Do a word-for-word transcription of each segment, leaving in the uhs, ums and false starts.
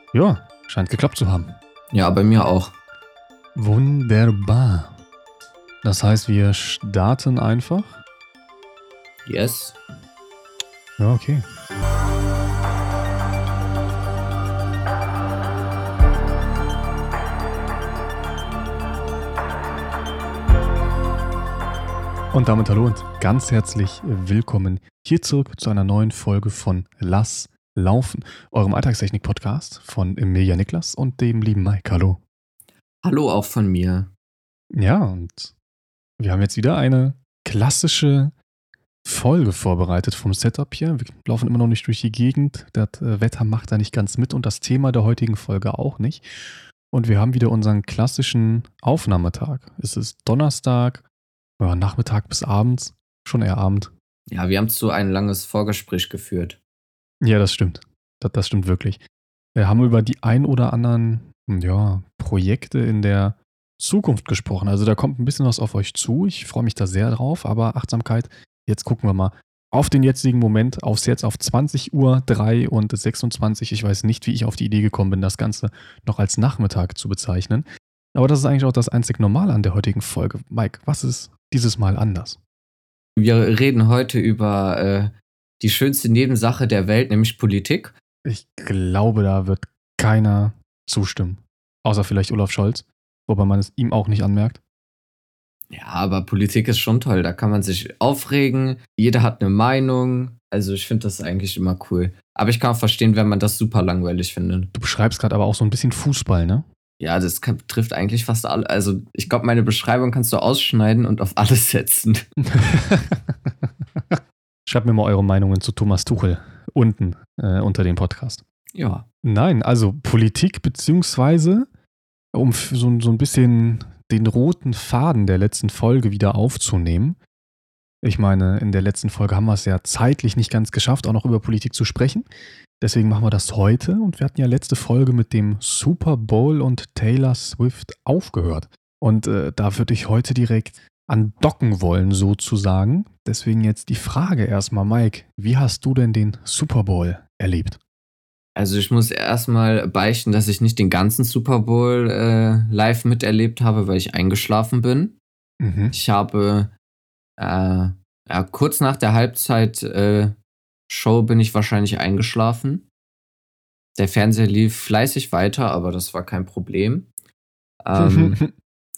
Ja, scheint geklappt zu haben. Ja, bei mir auch. Wunderbar. Das heißt, wir starten einfach? Yes. Ja, okay. Und damit hallo und ganz herzlich willkommen hier zurück zu einer neuen Folge von Lass laufen, eurem Alltagstechnik-Podcast von Emilia Niklas und dem lieben Mike. Hallo. Hallo auch von mir. Ja, und wir haben jetzt wieder eine klassische Folge vorbereitet vom Setup hier. Wir laufen immer noch nicht durch die Gegend. Das Wetter macht da nicht ganz mit und das Thema der heutigen Folge auch nicht. Und wir haben wieder unseren klassischen Aufnahmetag. Es ist Donnerstag, ja, Nachmittag bis abends, schon eher Abend. Ja, wir haben so ein langes Vorgespräch geführt. Ja, das stimmt. Das, das stimmt wirklich. Wir haben über die ein oder anderen ja, Projekte in der Zukunft gesprochen. Also da kommt ein bisschen was auf euch zu. Ich freue mich da sehr drauf. Aber Achtsamkeit, jetzt gucken wir mal auf den jetzigen Moment, aufs Jetzt auf zwanzig Uhr drei und sechsundzwanzig. Ich weiß nicht, wie ich auf die Idee gekommen bin, das Ganze noch als Nachmittag zu bezeichnen. Aber das ist eigentlich auch das einzig Normale an der heutigen Folge. Mike, was ist dieses Mal anders? Wir reden heute über äh, die schönste Nebensache der Welt, nämlich Politik. Ich glaube, da wird keiner zustimmen. Außer vielleicht Olaf Scholz. Wobei man es ihm auch nicht anmerkt. Ja, aber Politik ist schon toll. Da kann man sich aufregen. Jeder hat eine Meinung. Also ich finde das eigentlich immer cool. Aber ich kann auch verstehen, wenn man das super langweilig findet. Du beschreibst gerade aber auch so ein bisschen Fußball, ne? Ja, das kann, trifft eigentlich fast alle. Also ich glaube, meine Beschreibung kannst du ausschneiden und auf alles setzen. Schreibt mir mal eure Meinungen zu Thomas Tuchel unten äh, unter dem Podcast. Ja. Nein, also Politik beziehungsweise, um so, so ein bisschen den roten Faden der letzten Folge wieder aufzunehmen. Ich meine, in der letzten Folge haben wir es ja zeitlich nicht ganz geschafft, auch noch über Politik zu sprechen. Deswegen machen wir das heute und wir hatten ja letzte Folge mit dem Super Bowl und Taylor Swift aufgehört. Und äh, da würde ich heute direkt andocken wollen, sozusagen. Deswegen jetzt die Frage erstmal, Mike, wie hast du denn den Super Bowl erlebt? Also ich muss erstmal beichten, dass ich nicht den ganzen Super Bowl äh, live miterlebt habe, weil ich eingeschlafen bin. Mhm. Ich habe äh, ja, kurz nach der Halbzeit äh, Show bin ich wahrscheinlich eingeschlafen. Der Fernseher lief fleißig weiter, aber das war kein Problem. Ähm,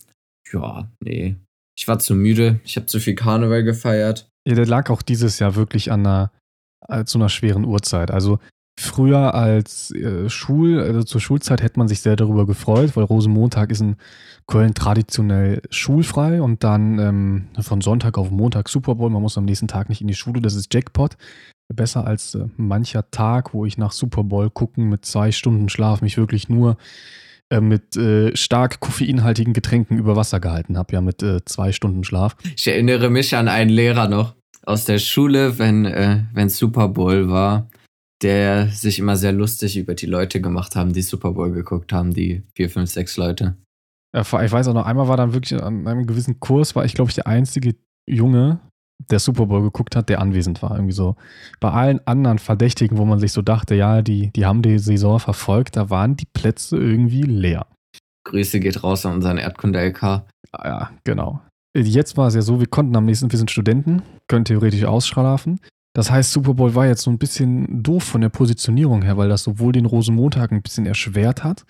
ja, nee. Ich war zu müde. Ich habe zu viel Karneval gefeiert. Ja, der lag auch dieses Jahr wirklich an einer, äh, zu einer schweren Uhrzeit. Also früher als äh, Schul, also zur Schulzeit hätte man sich sehr darüber gefreut, weil Rosenmontag ist in Köln traditionell schulfrei und dann ähm, von Sonntag auf Montag Super Bowl. Man muss am nächsten Tag nicht in die Schule, das ist Jackpot. Besser als äh, mancher Tag, wo ich nach Super Bowl gucken mit zwei Stunden Schlaf mich wirklich nur äh, mit äh, stark koffeinhaltigen Getränken über Wasser gehalten habe, ja mit äh, zwei Stunden Schlaf. Ich erinnere mich an einen Lehrer noch aus der Schule, wenn äh, wenn Super Bowl war, der sich immer sehr lustig über die Leute gemacht haben, die Super Bowl geguckt haben, die vier, fünf, sechs Leute. Ja, ich weiß auch noch, einmal war dann wirklich an einem gewissen Kurs, war ich glaube ich der einzige Junge, der Super Bowl geguckt hat, der anwesend war. Irgendwie so. Bei allen anderen Verdächtigen, wo man sich so dachte, ja, die, die haben die Saison verfolgt, da waren die Plätze irgendwie leer. Grüße geht raus an unseren Erdkunde-L K. Ja, genau. Jetzt war es ja so, wir konnten am nächsten, wir sind Studenten, können theoretisch ausschlafen. Das heißt, Super Bowl war jetzt so ein bisschen doof von der Positionierung her, weil das sowohl den Rosenmontag ein bisschen erschwert hat,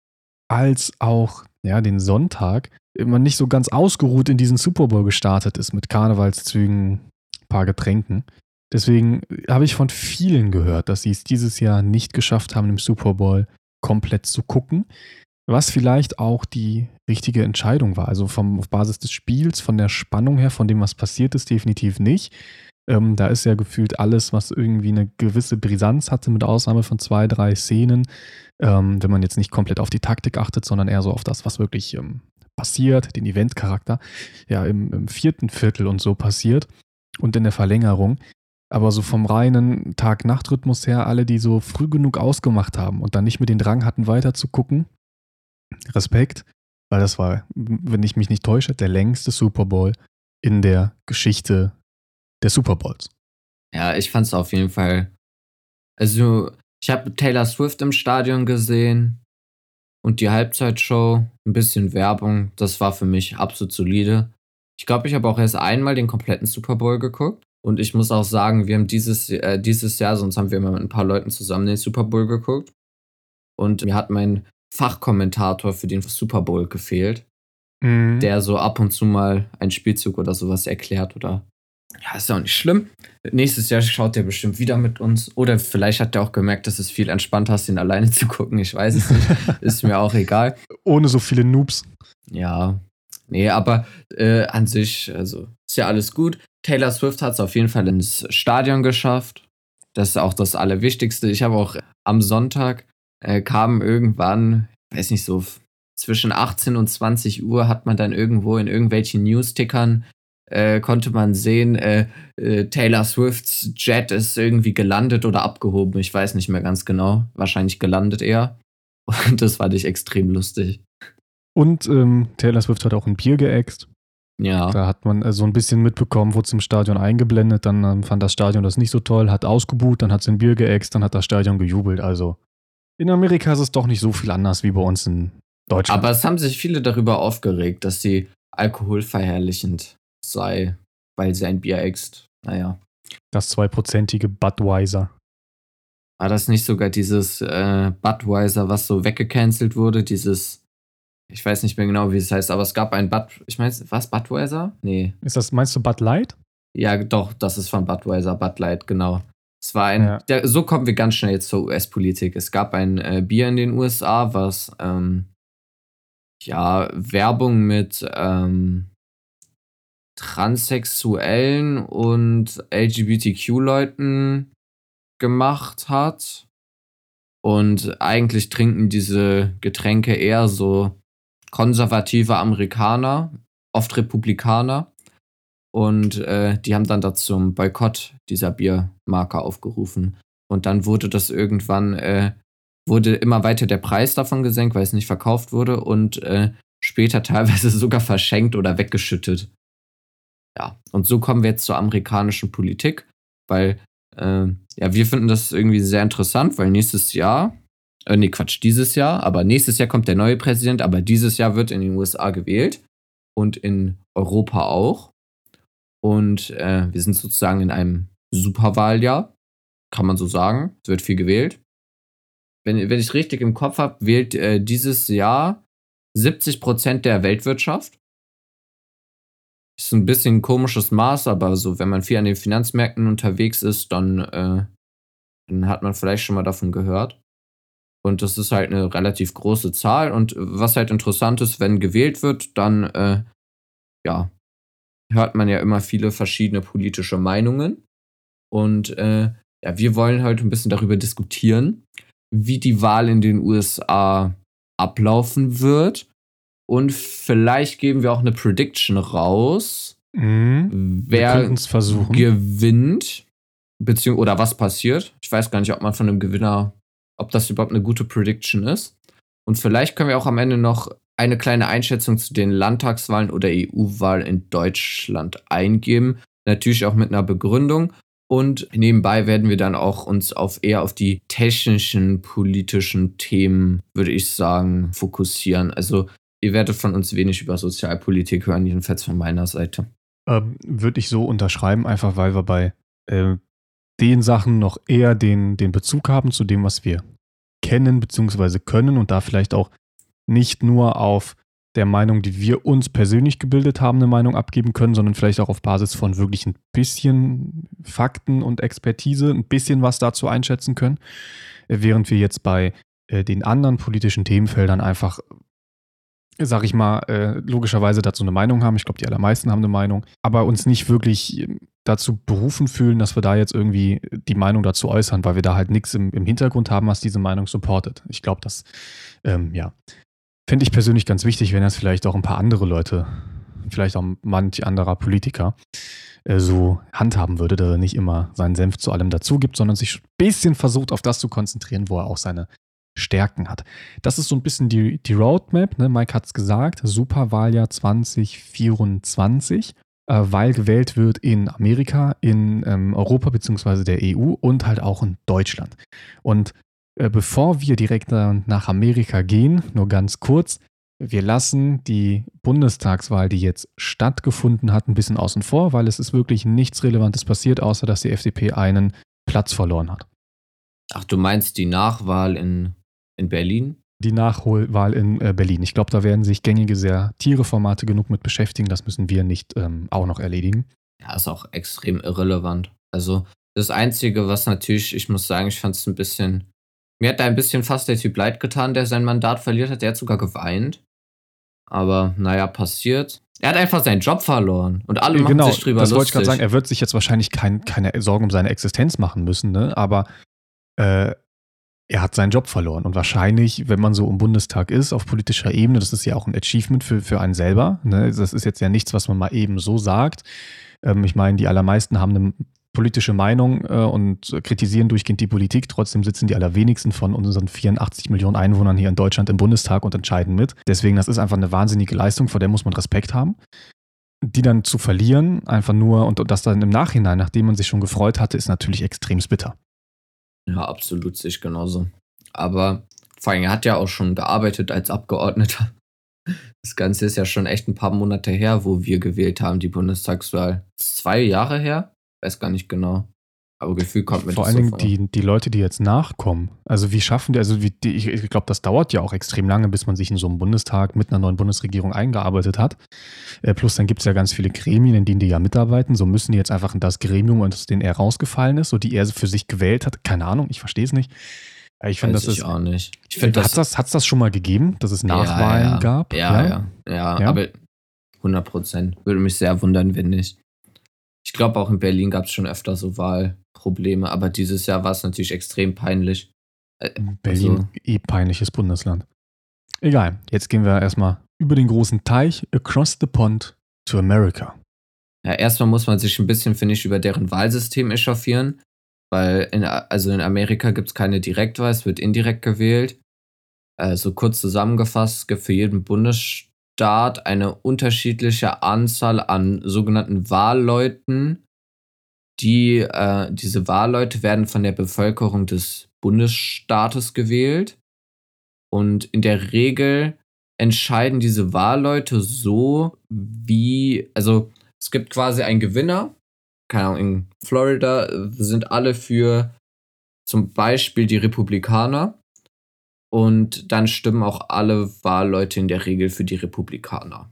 als auch ja, den Sonntag man nicht so ganz ausgeruht in diesen Super Bowl gestartet ist mit Karnevalszügen, ein paar Getränken. Deswegen habe ich von vielen gehört, dass sie es dieses Jahr nicht geschafft haben, im Super Bowl komplett zu gucken, was vielleicht auch die richtige Entscheidung war. Also vom, auf Basis des Spiels, von der Spannung her, von dem, was passiert ist, definitiv nicht. Ähm, da ist ja gefühlt alles, was irgendwie eine gewisse Brisanz hatte, mit Ausnahme von zwei, drei Szenen, ähm, wenn man jetzt nicht komplett auf die Taktik achtet, sondern eher so auf das, was wirklich ähm, passiert, den Eventcharakter, ja, im, im vierten Viertel und so passiert und in der Verlängerung. Aber so vom reinen Tag-Nacht-Rhythmus her, alle, die so früh genug ausgemacht haben und dann nicht mehr den Drang hatten, weiter zu gucken, Respekt, weil das war, wenn ich mich nicht täusche, der längste Super Bowl in der Geschichte der Super Bowls. Ja, ich fand es auf jeden Fall. Also, Ich habe Taylor Swift im Stadion gesehen und die Halbzeitshow, ein bisschen Werbung. Das war für mich absolut solide. Ich glaube, ich habe auch erst einmal den kompletten Super Bowl geguckt. Und ich muss auch sagen, wir haben dieses, äh, dieses Jahr, sonst haben wir immer mit ein paar Leuten zusammen den Super Bowl geguckt. Und mir hat mein Fachkommentator für den Super Bowl gefehlt, Mhm. der so ab und zu mal einen Spielzug oder sowas erklärt oder. Ja, ist ja auch nicht schlimm. Nächstes Jahr schaut der bestimmt wieder mit uns. Oder vielleicht hat er auch gemerkt, dass es viel entspannter ist, ihn alleine zu gucken. Ich weiß es nicht. Ist mir auch egal. Ohne so viele Noobs. Ja. Nee, aber äh, an sich, also ist ja alles gut. Taylor Swift hat es auf jeden Fall ins Stadion geschafft. Das ist auch das Allerwichtigste. Ich habe auch am Sonntag äh, kam irgendwann, weiß nicht so, zwischen achtzehn und zwanzig Uhr hat man dann irgendwo in irgendwelchen News-Tickern äh, konnte man sehen, äh, äh, Taylor Swifts Jet ist irgendwie gelandet oder abgehoben. Ich weiß nicht mehr ganz genau. Wahrscheinlich gelandet eher. Und das fand ich extrem lustig. Und ähm, Taylor Swift hat auch ein Bier geäxt. Ja. Da hat man äh, so ein bisschen mitbekommen, wurde zum Stadion eingeblendet, dann ähm, fand das Stadion das nicht so toll, hat ausgebuht, dann hat sie ein Bier geäxt, dann hat das Stadion gejubelt. Also in Amerika ist es doch nicht so viel anders wie bei uns in Deutschland. Aber es haben sich viele darüber aufgeregt, dass sie alkoholverherrlichend sei, weil sie ein Bier äxt. Naja. Das zweiprozentige Budweiser. War das nicht sogar dieses äh, Budweiser, was so weggecancelt wurde? Dieses, ich weiß nicht mehr genau, wie es heißt, aber es gab ein Bud, ich meine, was, Budweiser? Nee. Ist das, meinst du Bud Light? Ja, doch, das ist von Budweiser, Bud Light, genau. Es war ein, Ja. der, so kommen wir ganz schnell jetzt zur U S-Politik. Es gab ein äh, Bier in den U S A, was ähm, ja, Werbung mit ähm, Transsexuellen und L G B T Q-Leuten gemacht hat. Und eigentlich trinken diese Getränke eher so konservative Amerikaner, oft Republikaner. Und äh, die haben dann dazu zum Boykott dieser Biermarke aufgerufen. Und dann wurde das irgendwann, äh, wurde immer weiter der Preis davon gesenkt, weil es nicht verkauft wurde und äh, später teilweise sogar verschenkt oder weggeschüttet. Ja, und so kommen wir jetzt zur amerikanischen Politik, weil äh, ja, wir finden das irgendwie sehr interessant, weil nächstes Jahr, äh, nee, Quatsch, dieses Jahr, aber nächstes Jahr kommt der neue Präsident, aber dieses Jahr wird in den U S A gewählt und in Europa auch. Und äh, wir sind sozusagen in einem Superwahljahr, kann man so sagen. Es wird viel gewählt. Wenn, wenn ich richtig im Kopf habe, wählt äh, dieses Jahr siebzig Prozent der Weltwirtschaft. Ist ein bisschen ein komisches Maß, aber so, wenn man viel an den Finanzmärkten unterwegs ist, dann, äh, dann hat man vielleicht schon mal davon gehört. Und das ist halt eine relativ große Zahl. Und was halt interessant ist, wenn gewählt wird, dann, äh, ja, hört man ja immer viele verschiedene politische Meinungen. Und äh, ja, wir wollen heute ein bisschen darüber diskutieren, wie die Wahl in den U S A ablaufen wird. Und vielleicht geben wir auch eine Prediction raus, Mhm. Wir wer könnten es versuchen. gewinnt, beziehungsweise oder was passiert. Ich weiß gar nicht, ob man von einem Gewinner, ob das überhaupt eine gute Prediction ist. Und vielleicht können wir auch am Ende noch eine kleine Einschätzung zu den Landtagswahlen oder E U-Wahl in Deutschland eingeben. Natürlich auch mit einer Begründung. Und nebenbei werden wir dann auch uns auf eher auf die technischen, politischen Themen, würde ich sagen, fokussieren. Also ihr werdet von uns wenig über Sozialpolitik hören, jedenfalls von meiner Seite. Ähm, Würde ich so unterschreiben, einfach weil wir bei äh, den Sachen noch eher den, den Bezug haben zu dem, was wir kennen bzw. können und da vielleicht auch nicht nur auf der Meinung, die wir uns persönlich gebildet haben, eine Meinung abgeben können, sondern vielleicht auch auf Basis von wirklich ein bisschen Fakten und Expertise ein bisschen was dazu einschätzen können, während wir jetzt bei äh, den anderen politischen Themenfeldern einfach, sag ich mal, äh, logischerweise dazu eine Meinung haben. Ich glaube, die allermeisten haben eine Meinung, aber uns nicht wirklich dazu berufen fühlen, dass wir da jetzt irgendwie die Meinung dazu äußern, weil wir da halt nichts im, im Hintergrund haben, was diese Meinung supportet. Ich glaube, das, ähm, ja, fände ich persönlich ganz wichtig, wenn das vielleicht auch ein paar andere Leute, vielleicht auch manch anderer Politiker, äh, so handhaben würde, dass er nicht immer seinen Senf zu allem dazu gibt, sondern sich ein bisschen versucht, auf das zu konzentrieren, wo er auch seine Stärken hat. Das ist so ein bisschen die, die Roadmap, ne? Mike hat es gesagt, Superwahljahr zwanzig vierundzwanzig, äh, weil gewählt wird in Amerika, in ähm, Europa bzw. der E U und halt auch in Deutschland. Und äh, bevor wir direkt äh, nach Amerika gehen, nur ganz kurz, wir lassen die Bundestagswahl, die jetzt stattgefunden hat, ein bisschen außen vor, weil es ist wirklich nichts Relevantes passiert, außer dass die F D P einen Platz verloren hat. Ach, du meinst die Nachwahl in, in Berlin? Die Nachholwahl in äh, Berlin. Ich glaube, da werden sich gängige Satire-Formate genug mit beschäftigen. Das müssen wir nicht ähm, auch noch erledigen. Ja, ist auch extrem irrelevant. Also das Einzige, was natürlich, ich muss sagen, ich fand es ein bisschen, mir hat da ein bisschen fast der Typ leid getan, der sein Mandat verliert hat. Der hat sogar geweint. Aber naja, passiert. Er hat einfach seinen Job verloren und alle Äh, machen genau, sich drüber das wollte ich gerade lustig. sagen. Er wird sich jetzt wahrscheinlich kein, keine Sorgen um seine Existenz machen müssen, ne? Aber äh, er hat seinen Job verloren. Und wahrscheinlich, wenn man so im Bundestag ist, auf politischer Ebene, das ist ja auch ein Achievement für, für einen selber. Ne? Das ist jetzt ja nichts, was man mal eben so sagt. Ähm, ich meine, die allermeisten haben eine politische Meinung äh, und kritisieren durchgehend die Politik. Trotzdem sitzen die allerwenigsten von unseren vierundachtzig Millionen Einwohnern hier in Deutschland im Bundestag und entscheiden mit. Deswegen, das ist einfach eine wahnsinnige Leistung, vor der muss man Respekt haben. Die dann zu verlieren, einfach nur, und, und das dann im Nachhinein, nachdem man sich schon gefreut hatte, ist natürlich extrem bitter. Ja, absolut, sehe ich genauso. Aber vor allem, er hat ja auch schon gearbeitet als Abgeordneter. Das Ganze ist ja schon echt ein paar Monate her, wo wir gewählt haben, die Bundestagswahl. Zwei Jahre her? Weiß gar nicht genau. Aber Gefühl kommt mir Vor das allen so Dingen vor. die, die Leute, die jetzt nachkommen. Also wie schaffen die, also wie die, ich, ich glaube, das dauert ja auch extrem lange, bis man sich in so einem Bundestag mit einer neuen Bundesregierung eingearbeitet hat. Äh, plus dann gibt es ja ganz viele Gremien, in denen die ja mitarbeiten. So müssen die jetzt einfach in das Gremium, aus dem er rausgefallen ist, so die er für sich gewählt hat. Keine Ahnung, ich verstehe es nicht. Äh, Ich finde, Weiß das ich ist. auch nicht. Ich finde Hat das. es das, das schon mal gegeben, dass es Nachwahlen ja, ja. gab? Ja, ja, ja, ja. Ja? Aber hundert Prozent. Würde mich sehr wundern, wenn nicht. Ich glaube, auch in Berlin gab es schon öfter so Wahlprobleme, aber dieses Jahr war es natürlich extrem peinlich. Äh, Berlin, also, eh peinliches Bundesland. Egal, jetzt gehen wir erstmal über den großen Teich, across the pond to America. ja, erstmal muss man sich ein bisschen, finde ich, über deren Wahlsystem echauffieren, weil in, also in Amerika gibt es keine Direktwahl, es wird indirekt gewählt. Also kurz zusammengefasst, es gibt für jeden Bundesstaat eine unterschiedliche Anzahl an sogenannten Wahlleuten. Die, äh, diese Wahlleute werden von der Bevölkerung des Bundesstaates gewählt. Und in der Regel entscheiden diese Wahlleute so, wie, also es gibt quasi einen Gewinner. Keine Ahnung, in Florida sind alle für zum Beispiel die Republikaner. Und dann stimmen auch alle Wahlleute in der Regel für die Republikaner.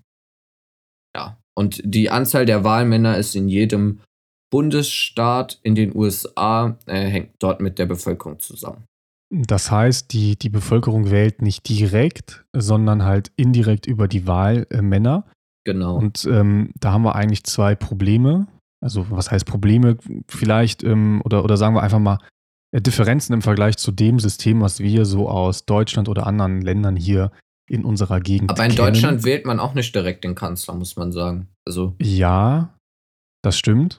Ja. Und die Anzahl der Wahlmänner ist in jedem Bundesstaat in den U S A, äh, hängt dort mit der Bevölkerung zusammen. Das heißt, die, die Bevölkerung wählt nicht direkt, sondern halt indirekt über die Wahlmänner. Genau. Und ähm, da haben wir eigentlich zwei Probleme. Also was heißt Probleme? Vielleicht, ähm, oder, oder sagen wir einfach mal, äh, Differenzen im Vergleich zu dem System, was wir so aus Deutschland oder anderen Ländern hier in unserer Gegend Aber in kennen. Deutschland wählt man auch nicht direkt den Kanzler, muss man sagen. Also, Ja, das stimmt.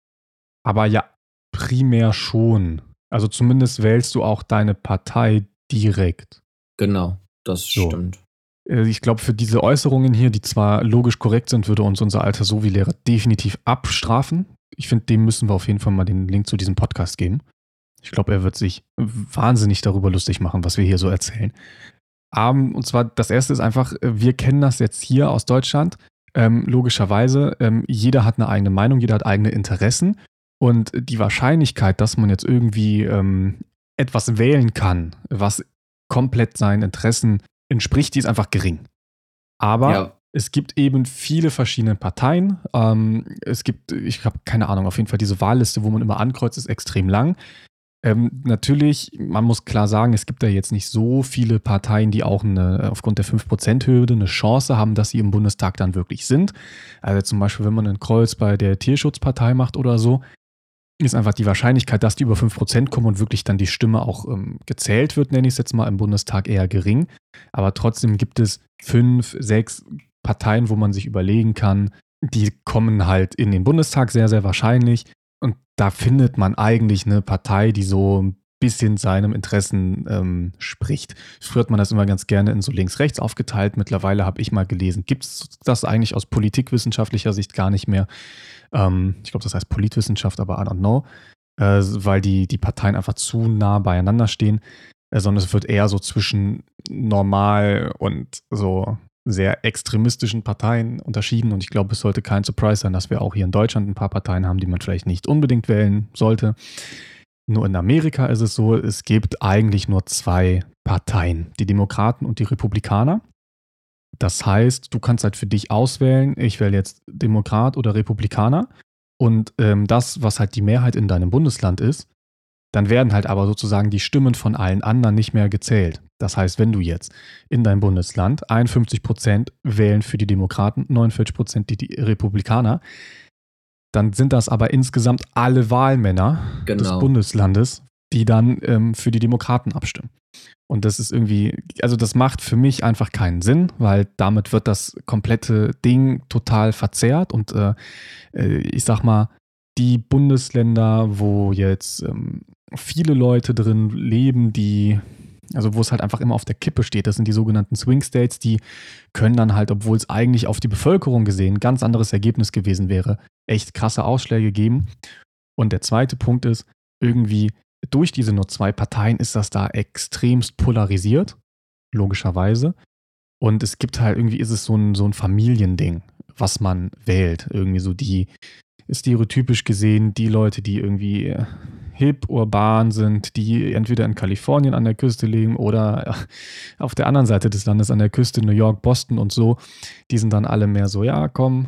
Aber ja, primär schon. Also zumindest wählst du auch deine Partei direkt. genau, das So. stimmt. Äh, Ich glaube, für diese Äußerungen hier, die zwar logisch korrekt sind, würde uns unser alter Sovi-Lehrer definitiv abstrafen. Ich finde, dem müssen wir auf jeden Fall mal den Link zu diesem Podcast geben. Ich glaube, er wird sich wahnsinnig darüber lustig machen, was wir hier so erzählen. Um, und zwar, das erste ist einfach, äh, wir kennen das jetzt hier aus Deutschland. Ähm, logischerweise, ähm, jeder hat eine eigene Meinung, jeder hat eigene Interessen. Und die Wahrscheinlichkeit, dass man jetzt irgendwie ähm, etwas wählen kann, was komplett seinen Interessen entspricht, die ist einfach gering. Aber Ja, es gibt eben viele verschiedene Parteien. Ähm, es gibt, ich habe keine Ahnung, auf jeden Fall diese Wahlliste, wo man immer ankreuzt, ist extrem lang. Ähm, natürlich, man muss klar sagen, es gibt da jetzt nicht so viele Parteien, die auch eine, aufgrund der fünf Prozent Hürde eine Chance haben, dass sie im Bundestag dann wirklich sind. Also zum Beispiel, wenn man ein Kreuz bei der Tierschutzpartei macht oder so, ist einfach die Wahrscheinlichkeit, dass die über fünf Prozent kommen und wirklich dann die Stimme auch ähm, gezählt wird, nenne ich es jetzt mal, im Bundestag eher gering. Aber trotzdem gibt es fünf, sechs Parteien, wo man sich überlegen kann, die kommen halt in den Bundestag sehr, sehr wahrscheinlich. Und da findet man eigentlich eine Partei, die so ein bisschen seinem Interessen ähm, spricht. Früher hat man das immer ganz gerne in so links-rechts aufgeteilt. Mittlerweile habe ich mal gelesen, gibt es das eigentlich aus politikwissenschaftlicher Sicht gar nicht mehr. Ähm, ich glaube, das heißt Politwissenschaft, aber I don't know. Äh, weil die, die Parteien einfach zu nah beieinander stehen. äh, sondern es wird eher so zwischen normal und so sehr extremistischen Parteien unterschieden. Und ich glaube, es sollte kein Surprise sein, dass wir auch hier in Deutschland ein paar Parteien haben, die man vielleicht nicht unbedingt wählen sollte. Nur in Amerika ist es so, es gibt eigentlich nur zwei Parteien, die Demokraten und die Republikaner. Das heißt, du kannst halt für dich auswählen, ich wähle jetzt Demokrat oder Republikaner. Und ähm, das, was halt die Mehrheit in deinem Bundesland ist, dann werden halt aber sozusagen die Stimmen von allen anderen nicht mehr gezählt. Das heißt, wenn du jetzt in deinem Bundesland einundfünfzig Prozent wählen für die Demokraten, neunundvierzig Prozent die, die Republikaner, dann sind das aber insgesamt alle Wahlmänner Genau. des Bundeslandes, die dann ähm, für die Demokraten abstimmen. Und das ist irgendwie, also das macht für mich einfach keinen Sinn, weil damit wird das komplette Ding total verzerrt. Und äh, ich sag mal, die Bundesländer, wo jetzt ähm, viele Leute drin leben, die, also wo es halt einfach immer auf der Kippe steht, das sind die sogenannten Swing States, die können dann halt, obwohl es eigentlich auf die Bevölkerung gesehen ein ganz anderes Ergebnis gewesen wäre, echt krasse Ausschläge geben. Und der zweite Punkt ist, irgendwie durch diese nur zwei Parteien ist das da extremst polarisiert, logischerweise. Und es gibt halt irgendwie, ist es so ein, so ein Familiending, was man wählt. Irgendwie so die, stereotypisch gesehen, die Leute, die irgendwie hip, urban sind, die entweder in Kalifornien an der Küste leben oder auf der anderen Seite des Landes an der Küste, New York, Boston und so, die sind dann alle mehr so, ja, komm,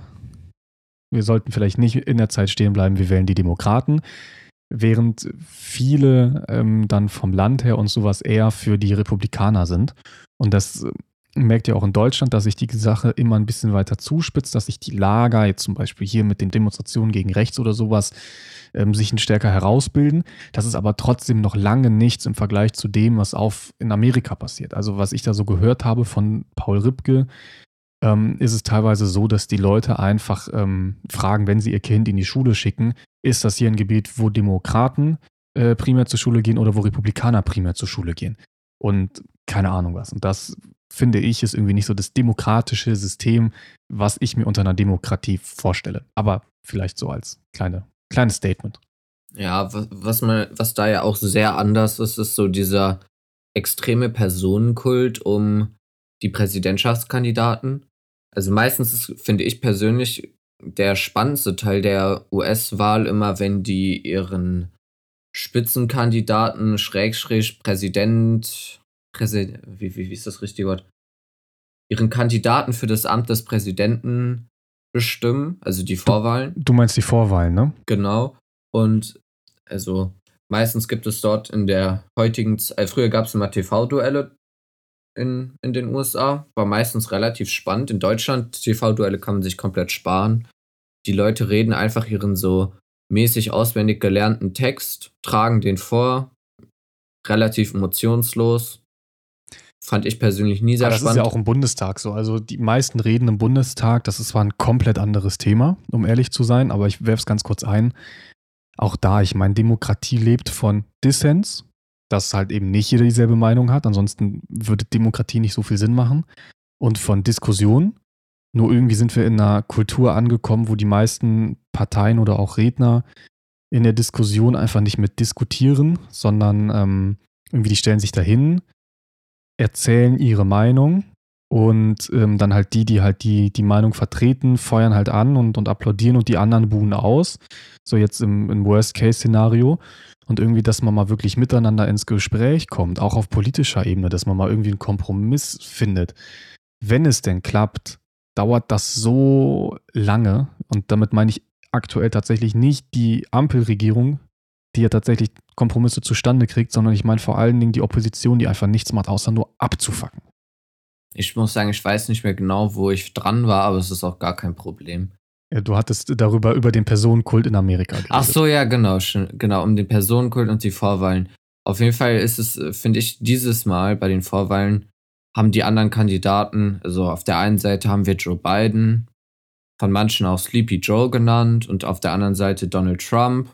wir sollten vielleicht nicht in der Zeit stehen bleiben, wir wählen die Demokraten. Während viele ähm, dann vom Land her und sowas eher für die Republikaner sind. Und das äh, merkt ihr auch in Deutschland, dass sich die Sache immer ein bisschen weiter zuspitzt, dass sich die Lager, jetzt zum Beispiel hier mit den Demonstrationen gegen rechts oder sowas, ähm, sich stärker herausbilden. Das ist aber trotzdem noch lange nichts im Vergleich zu dem, was auf in Amerika passiert. Also was ich da so gehört habe von Paul Ripke, ähm, ist es teilweise so, dass die Leute einfach ähm, fragen, wenn sie ihr Kind in die Schule schicken, ist das hier ein Gebiet, wo Demokraten äh, primär zur Schule gehen oder wo Republikaner primär zur Schule gehen? Und keine Ahnung was. Und das, finde ich, ist irgendwie nicht so das demokratische System, was ich mir unter einer Demokratie vorstelle. Aber vielleicht so als kleine, kleines Statement. Ja, was, was, man, was da ja auch sehr anders ist, ist so dieser extreme Personenkult um die Präsidentschaftskandidaten. Also meistens ist, finde ich persönlich, der spannendste Teil der U S-Wahl immer, wenn die ihren Spitzenkandidaten, Schrägstrich, Präsident, Präsident, wie, wie, wie ist das richtige Wort? Ihren Kandidaten für das Amt des Präsidenten bestimmen, also die Vorwahlen. Du, du meinst die Vorwahlen, ne? Genau. Und also meistens gibt es dort in der heutigen Zeit, äh, früher gab es immer T V-Duelle in, in den U S A, war meistens relativ spannend. In Deutschland, T V-Duelle kann man sich komplett sparen. Die Leute reden einfach ihren so mäßig auswendig gelernten Text, tragen den vor, relativ emotionslos. Fand ich persönlich nie sehr Aber das spannend. ist ja auch im Bundestag so. Also die meisten Reden im Bundestag, das ist zwar ein komplett anderes Thema, um ehrlich zu sein, aber ich werfe es ganz kurz ein. Auch da, ich meine, Demokratie lebt von Dissens, dass halt eben nicht jeder dieselbe Meinung hat, ansonsten würde Demokratie nicht so viel Sinn machen. Und von Diskussion. Nur irgendwie sind wir in einer Kultur angekommen, wo die meisten Parteien oder auch Redner in der Diskussion einfach nicht mit diskutieren, sondern ähm, irgendwie die stellen sich dahin, erzählen ihre Meinung und ähm, dann halt die, die halt die, die Meinung vertreten, feuern halt an und, und applaudieren und die anderen buhen aus. So jetzt im, im Worst-Case-Szenario. Und irgendwie, dass man mal wirklich miteinander ins Gespräch kommt, auch auf politischer Ebene, dass man mal irgendwie einen Kompromiss findet. Wenn es denn klappt, dauert das so lange. Und damit meine ich aktuell tatsächlich nicht die Ampelregierung, die ja tatsächlich Kompromisse zustande kriegt, sondern ich meine vor allen Dingen die Opposition, die einfach nichts macht, außer nur abzufacken. Ich muss sagen, ich weiß nicht mehr genau, wo ich dran war, aber es ist auch gar kein Problem. Ja, du hattest darüber, über den Personenkult in Amerika geredet. Ach so, ja, genau, genau, um den Personenkult und die Vorwahlen. Auf jeden Fall ist es, finde ich, dieses Mal bei den Vorwahlen haben die anderen Kandidaten, also auf der einen Seite haben wir Joe Biden, von manchen auch Sleepy Joe genannt, und auf der anderen Seite Donald Trump.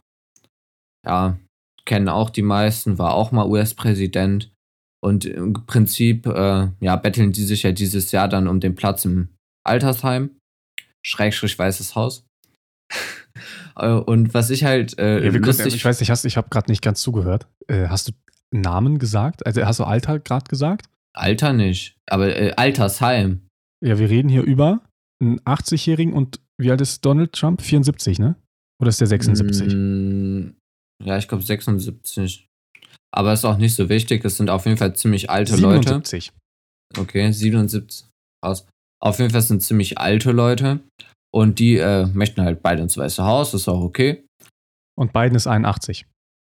Ja, kennen auch die meisten, war auch mal U S-Präsident. Und im Prinzip, äh, ja, betteln die sich ja dieses Jahr dann um den Platz im Altersheim. Schrägstrich Weißes Haus. Und was ich halt äh, ja, wir lustig... können, ich weiß nicht, hast, ich habe gerade nicht ganz zugehört. Äh, hast du Namen gesagt? Also hast du Alter gerade gesagt? Alter nicht, aber äh, Altersheim. Ja, wir reden hier über einen achtzigjährigen und wie alt ist Donald Trump? vierundsiebzig, ne? Oder ist der sechsundsiebzig? Mm, ja, ich glaube sechsundsiebzig. Aber ist auch nicht so wichtig. Es sind auf jeden Fall ziemlich alte siebenundsiebzig. Leute. Okay, siebenundsiebzig. Aus. Auf jeden Fall sind ziemlich alte Leute. Und die äh, möchten halt beide ins Weiße Haus. Ist auch okay. Und Biden ist einundachtzig.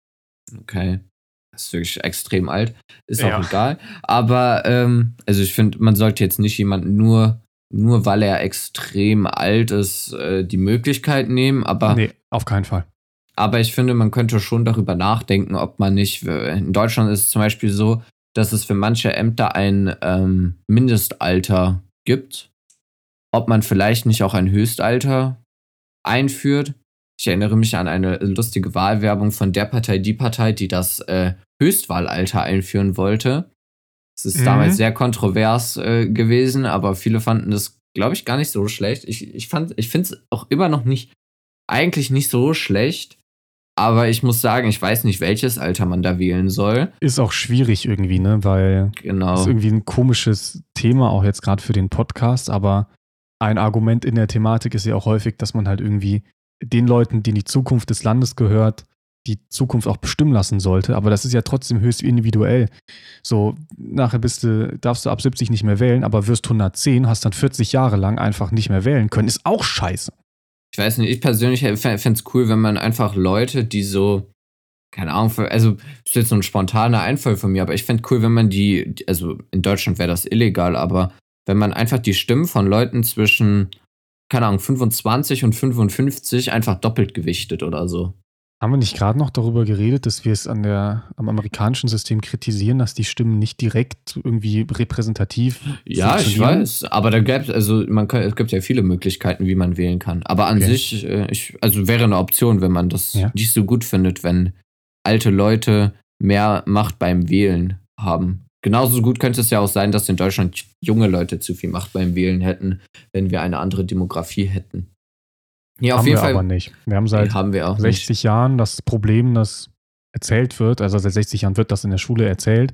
Okay. Das ist wirklich extrem alt. Ist Ja. auch egal. Aber, ähm, also ich finde, man sollte jetzt nicht jemanden nur, nur weil er extrem alt ist, äh, die Möglichkeit nehmen. Aber, Nee, auf keinen Fall. aber ich finde, man könnte schon darüber nachdenken, ob man nicht, in Deutschland ist es zum Beispiel so, dass es für manche Ämter ein ähm, Mindestalter gibt. Ob man vielleicht nicht auch ein Höchstalter einführt. Ich erinnere mich an eine lustige Wahlwerbung von der Partei, die Partei, die das äh, Höchstwahlalter einführen wollte. Es ist Mhm. damals sehr kontrovers äh, gewesen, aber viele fanden das, glaube ich, gar nicht so schlecht. Ich, ich, fand- ich finde es auch immer noch nicht, eigentlich nicht so schlecht, aber ich muss sagen, ich weiß nicht, welches Alter man da wählen soll. Ist auch schwierig irgendwie, ne? Weil Genau. das ist irgendwie ein komisches Thema, auch jetzt gerade für den Podcast, aber ein Argument in der Thematik ist ja auch häufig, dass man halt irgendwie den Leuten, denen die Zukunft des Landes gehört, die Zukunft auch bestimmen lassen sollte. Aber das ist ja trotzdem höchst individuell. So, nachher bist du, darfst du ab siebzig nicht mehr wählen, aber wirst hundertzehn, hast dann vierzig Jahre lang einfach nicht mehr wählen können. Ist auch scheiße. Ich weiß nicht, ich persönlich fände es cool, wenn man einfach Leute, die so, keine Ahnung, für, also ist jetzt so ein spontaner Einfall von mir, aber ich fände cool, wenn man die, also in Deutschland wäre das illegal, aber wenn man einfach die Stimmen von Leuten zwischen, keine Ahnung, fünfundzwanzig und fünfundfünfzig einfach doppelt gewichtet oder so. Haben wir nicht gerade noch darüber geredet, dass wir es an der, am amerikanischen System kritisieren, dass die Stimmen nicht direkt irgendwie repräsentativ Ja, ich funktionieren? weiß, aber da gäbe also man kann, es gibt ja viele Möglichkeiten, wie man wählen kann. Aber an Okay. sich, äh, ich, also wäre eine Option, wenn man das Ja. nicht so gut findet, wenn alte Leute mehr Macht beim Wählen haben. Genauso gut könnte es ja auch sein, dass in Deutschland junge Leute zu viel Macht beim Wählen hätten, wenn wir eine andere Demografie hätten. Ja, auf Haben jeden wir Fall. aber nicht. Wir haben Nee, seit haben wir auch nicht. sechzig Jahren das Problem, das erzählt wird, also seit sechzig Jahren wird das in der Schule erzählt,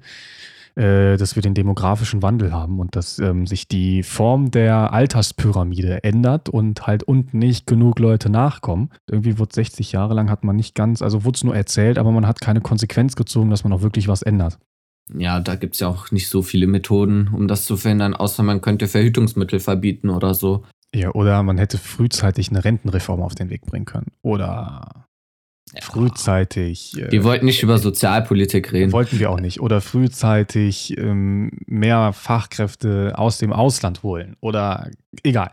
äh, dass wir den demografischen Wandel haben und dass ähm, sich die Form der Alterspyramide ändert und halt unten nicht genug Leute nachkommen. Irgendwie wurde sechzig Jahre lang hat man nicht ganz, also wurde es nur erzählt, aber man hat keine Konsequenz gezogen, dass man auch wirklich was ändert. Ja, da gibt es ja auch nicht so viele Methoden, um das zu verhindern, außer man könnte Verhütungsmittel verbieten oder so. Ja, oder man hätte frühzeitig eine Rentenreform auf den Weg bringen können. Oder Ja. frühzeitig. Äh, Wir wollten nicht über Sozialpolitik reden. Wollten wir auch nicht. Oder frühzeitig ähm, mehr Fachkräfte aus dem Ausland holen. Oder egal.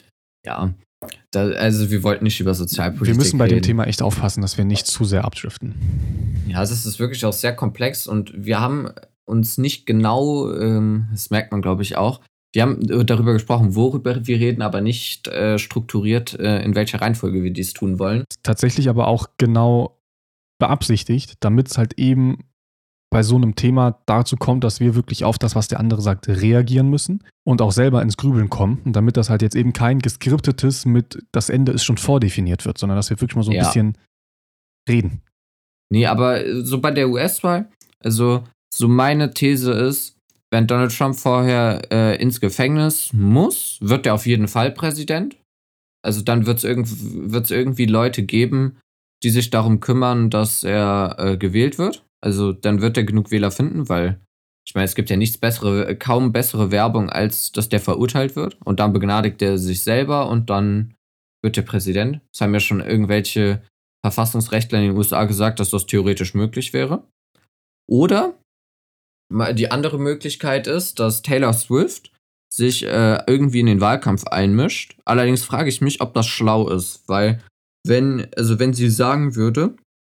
Ja, da, also wir wollten nicht über Sozialpolitik Wir müssen bei reden. dem Thema echt aufpassen, dass wir nicht zu sehr abdriften. Ja, es ist wirklich auch sehr komplex und wir haben uns nicht genau, ähm, das merkt man glaube ich auch, wir haben darüber gesprochen, worüber wir reden, aber nicht äh, strukturiert, äh, in welcher Reihenfolge wir dies tun wollen. Tatsächlich aber auch genau beabsichtigt, damit es halt eben bei so einem Thema dazu kommt, dass wir wirklich auf das, was der andere sagt, reagieren müssen und auch selber ins Grübeln kommen. Und damit das halt jetzt eben kein geskriptetes mit das Ende ist schon vordefiniert wird, sondern dass wir wirklich mal so ein Ja. bisschen reden. Nee, aber so bei der U S-Wahl, also so meine These ist, wenn Donald Trump vorher äh, ins Gefängnis muss, wird er auf jeden Fall Präsident. Also dann wird es irgend, wird's irgendwie Leute geben, die sich darum kümmern, dass er äh, gewählt wird. Also dann wird er genug Wähler finden, weil ich meine, es gibt ja nichts bessere, kaum bessere Werbung, als dass der verurteilt wird. Und dann begnadigt er sich selber und dann wird er Präsident. Das haben ja schon irgendwelche Verfassungsrechtler in den U S A gesagt, dass das theoretisch möglich wäre. Oder die andere Möglichkeit ist, dass Taylor Swift sich äh, irgendwie in den Wahlkampf einmischt. Allerdings frage ich mich, ob das schlau ist, weil wenn, also wenn sie sagen würde,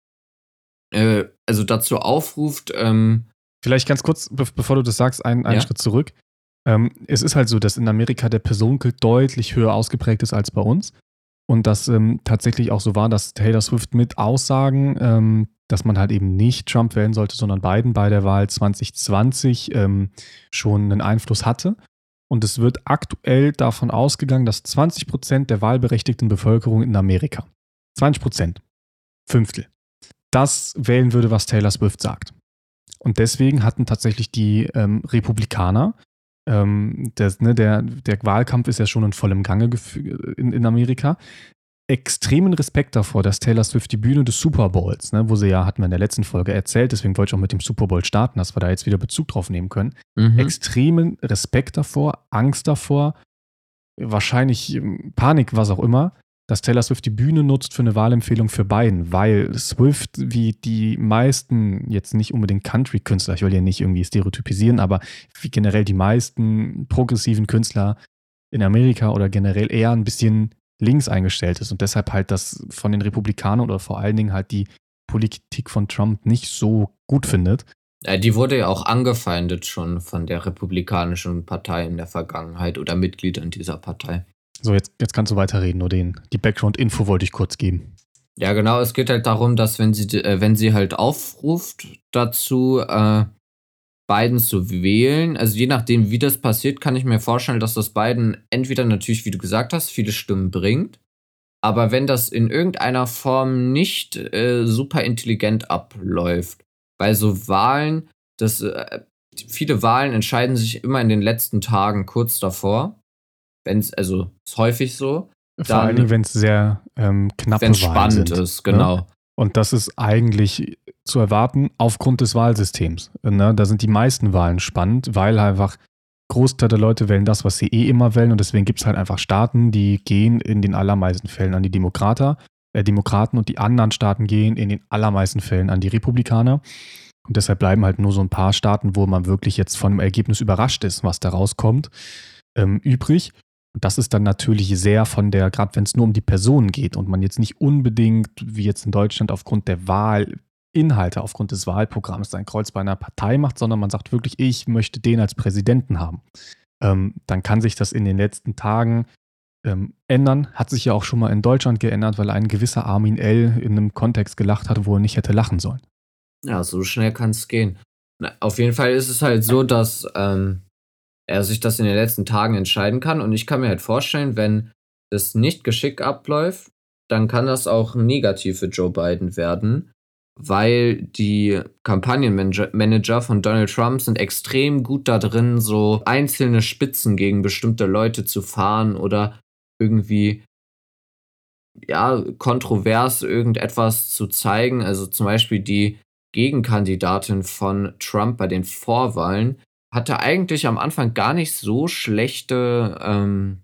äh, also dazu aufruft, ähm, Vielleicht ganz kurz, be bevor du das sagst, ein, einen Ja. Schritt zurück. Ähm, es ist halt so, dass in Amerika der Personenkult deutlich höher ausgeprägt ist als bei uns. Und dass ähm, tatsächlich auch so war, dass Taylor Swift mit Aussagen, ähm, dass man halt eben nicht Trump wählen sollte, sondern Biden bei der Wahl zwanzig zwanzig ähm, schon einen Einfluss hatte. Und es wird aktuell davon ausgegangen, dass zwanzig Prozent der wahlberechtigten Bevölkerung in Amerika, zwanzig Prozent, Fünftel, das wählen würde, was Taylor Swift sagt. Und deswegen hatten tatsächlich die ähm, Republikaner, ähm, das, ne, der, der Wahlkampf ist ja schon in vollem Gange in, in Amerika, extremen Respekt davor, dass Taylor Swift die Bühne des Super Bowls, ne, wo sie ja, hatten wir in der letzten Folge erzählt, deswegen wollte ich auch mit dem Super Bowl starten, dass wir da jetzt wieder Bezug drauf nehmen können. Mhm. Extremen Respekt davor, Angst davor, wahrscheinlich Panik, was auch immer, dass Taylor Swift die Bühne nutzt für eine Wahlempfehlung für Biden, weil Swift, wie die meisten, jetzt nicht unbedingt Country-Künstler, ich will ja nicht irgendwie stereotypisieren, aber wie generell die meisten progressiven Künstler in Amerika oder generell eher ein bisschen links eingestellt ist und deshalb halt das von den Republikanern oder vor allen Dingen halt die Politik von Trump nicht so gut findet. Ja, die wurde ja auch angefeindet schon von der Republikanischen Partei in der Vergangenheit oder Mitgliedern dieser Partei. So, jetzt, jetzt kannst du weiterreden, nur den, die Background-Info wollte ich kurz geben. Ja, genau, es geht halt darum, dass wenn sie, äh, wenn sie halt aufruft dazu, äh, Biden zu wählen, also je nachdem, wie das passiert, kann ich mir vorstellen, dass das Biden entweder natürlich, wie du gesagt hast, viele Stimmen bringt, aber wenn das in irgendeiner Form nicht äh, super intelligent abläuft, bei so Wahlen, das, äh, viele Wahlen entscheiden sich immer in den letzten Tagen kurz davor, wenn es, also ist häufig so. Vor dann, allen Dingen, wenn es sehr ähm, knappe Wahlen sind. Wenn es spannend ist, genau. Ne? Und das ist eigentlich zu erwarten aufgrund des Wahlsystems. Ne? Da sind die meisten Wahlen spannend, weil einfach Großteil der Leute wählen das, was sie eh immer wählen und deswegen gibt es halt einfach Staaten, die gehen in den allermeisten Fällen an die Demokrater, äh, Demokraten und die anderen Staaten gehen in den allermeisten Fällen an die Republikaner. Und deshalb bleiben halt nur so ein paar Staaten, wo man wirklich jetzt von dem Ergebnis überrascht ist, was da rauskommt, ähm, übrig. Und das ist dann natürlich sehr von der, gerade wenn es nur um die Personen geht und man jetzt nicht unbedingt, wie jetzt in Deutschland, aufgrund der Wahlinhalte, aufgrund des Wahlprogramms sein Kreuz bei einer Partei macht, sondern man sagt wirklich, ich möchte den als Präsidenten haben. Ähm, dann kann sich das in den letzten Tagen ähm, ändern. Hat sich ja auch schon mal in Deutschland geändert, weil ein gewisser Armin L. in einem Kontext gelacht hat, wo er nicht hätte lachen sollen. Ja, so schnell kann es gehen. Na, auf jeden Fall ist es halt so, dass ähm, er sich das in den letzten Tagen entscheiden kann. Und ich kann mir halt vorstellen, wenn das nicht geschickt abläuft, dann kann das auch negativ für Joe Biden werden, weil die Kampagnenmanager von Donald Trump sind extrem gut da drin, so einzelne Spitzen gegen bestimmte Leute zu fahren oder irgendwie ja, kontrovers irgendetwas zu zeigen. Also zum Beispiel die Gegenkandidatin von Trump bei den Vorwahlen hatte eigentlich am Anfang gar nicht so schlechte ähm,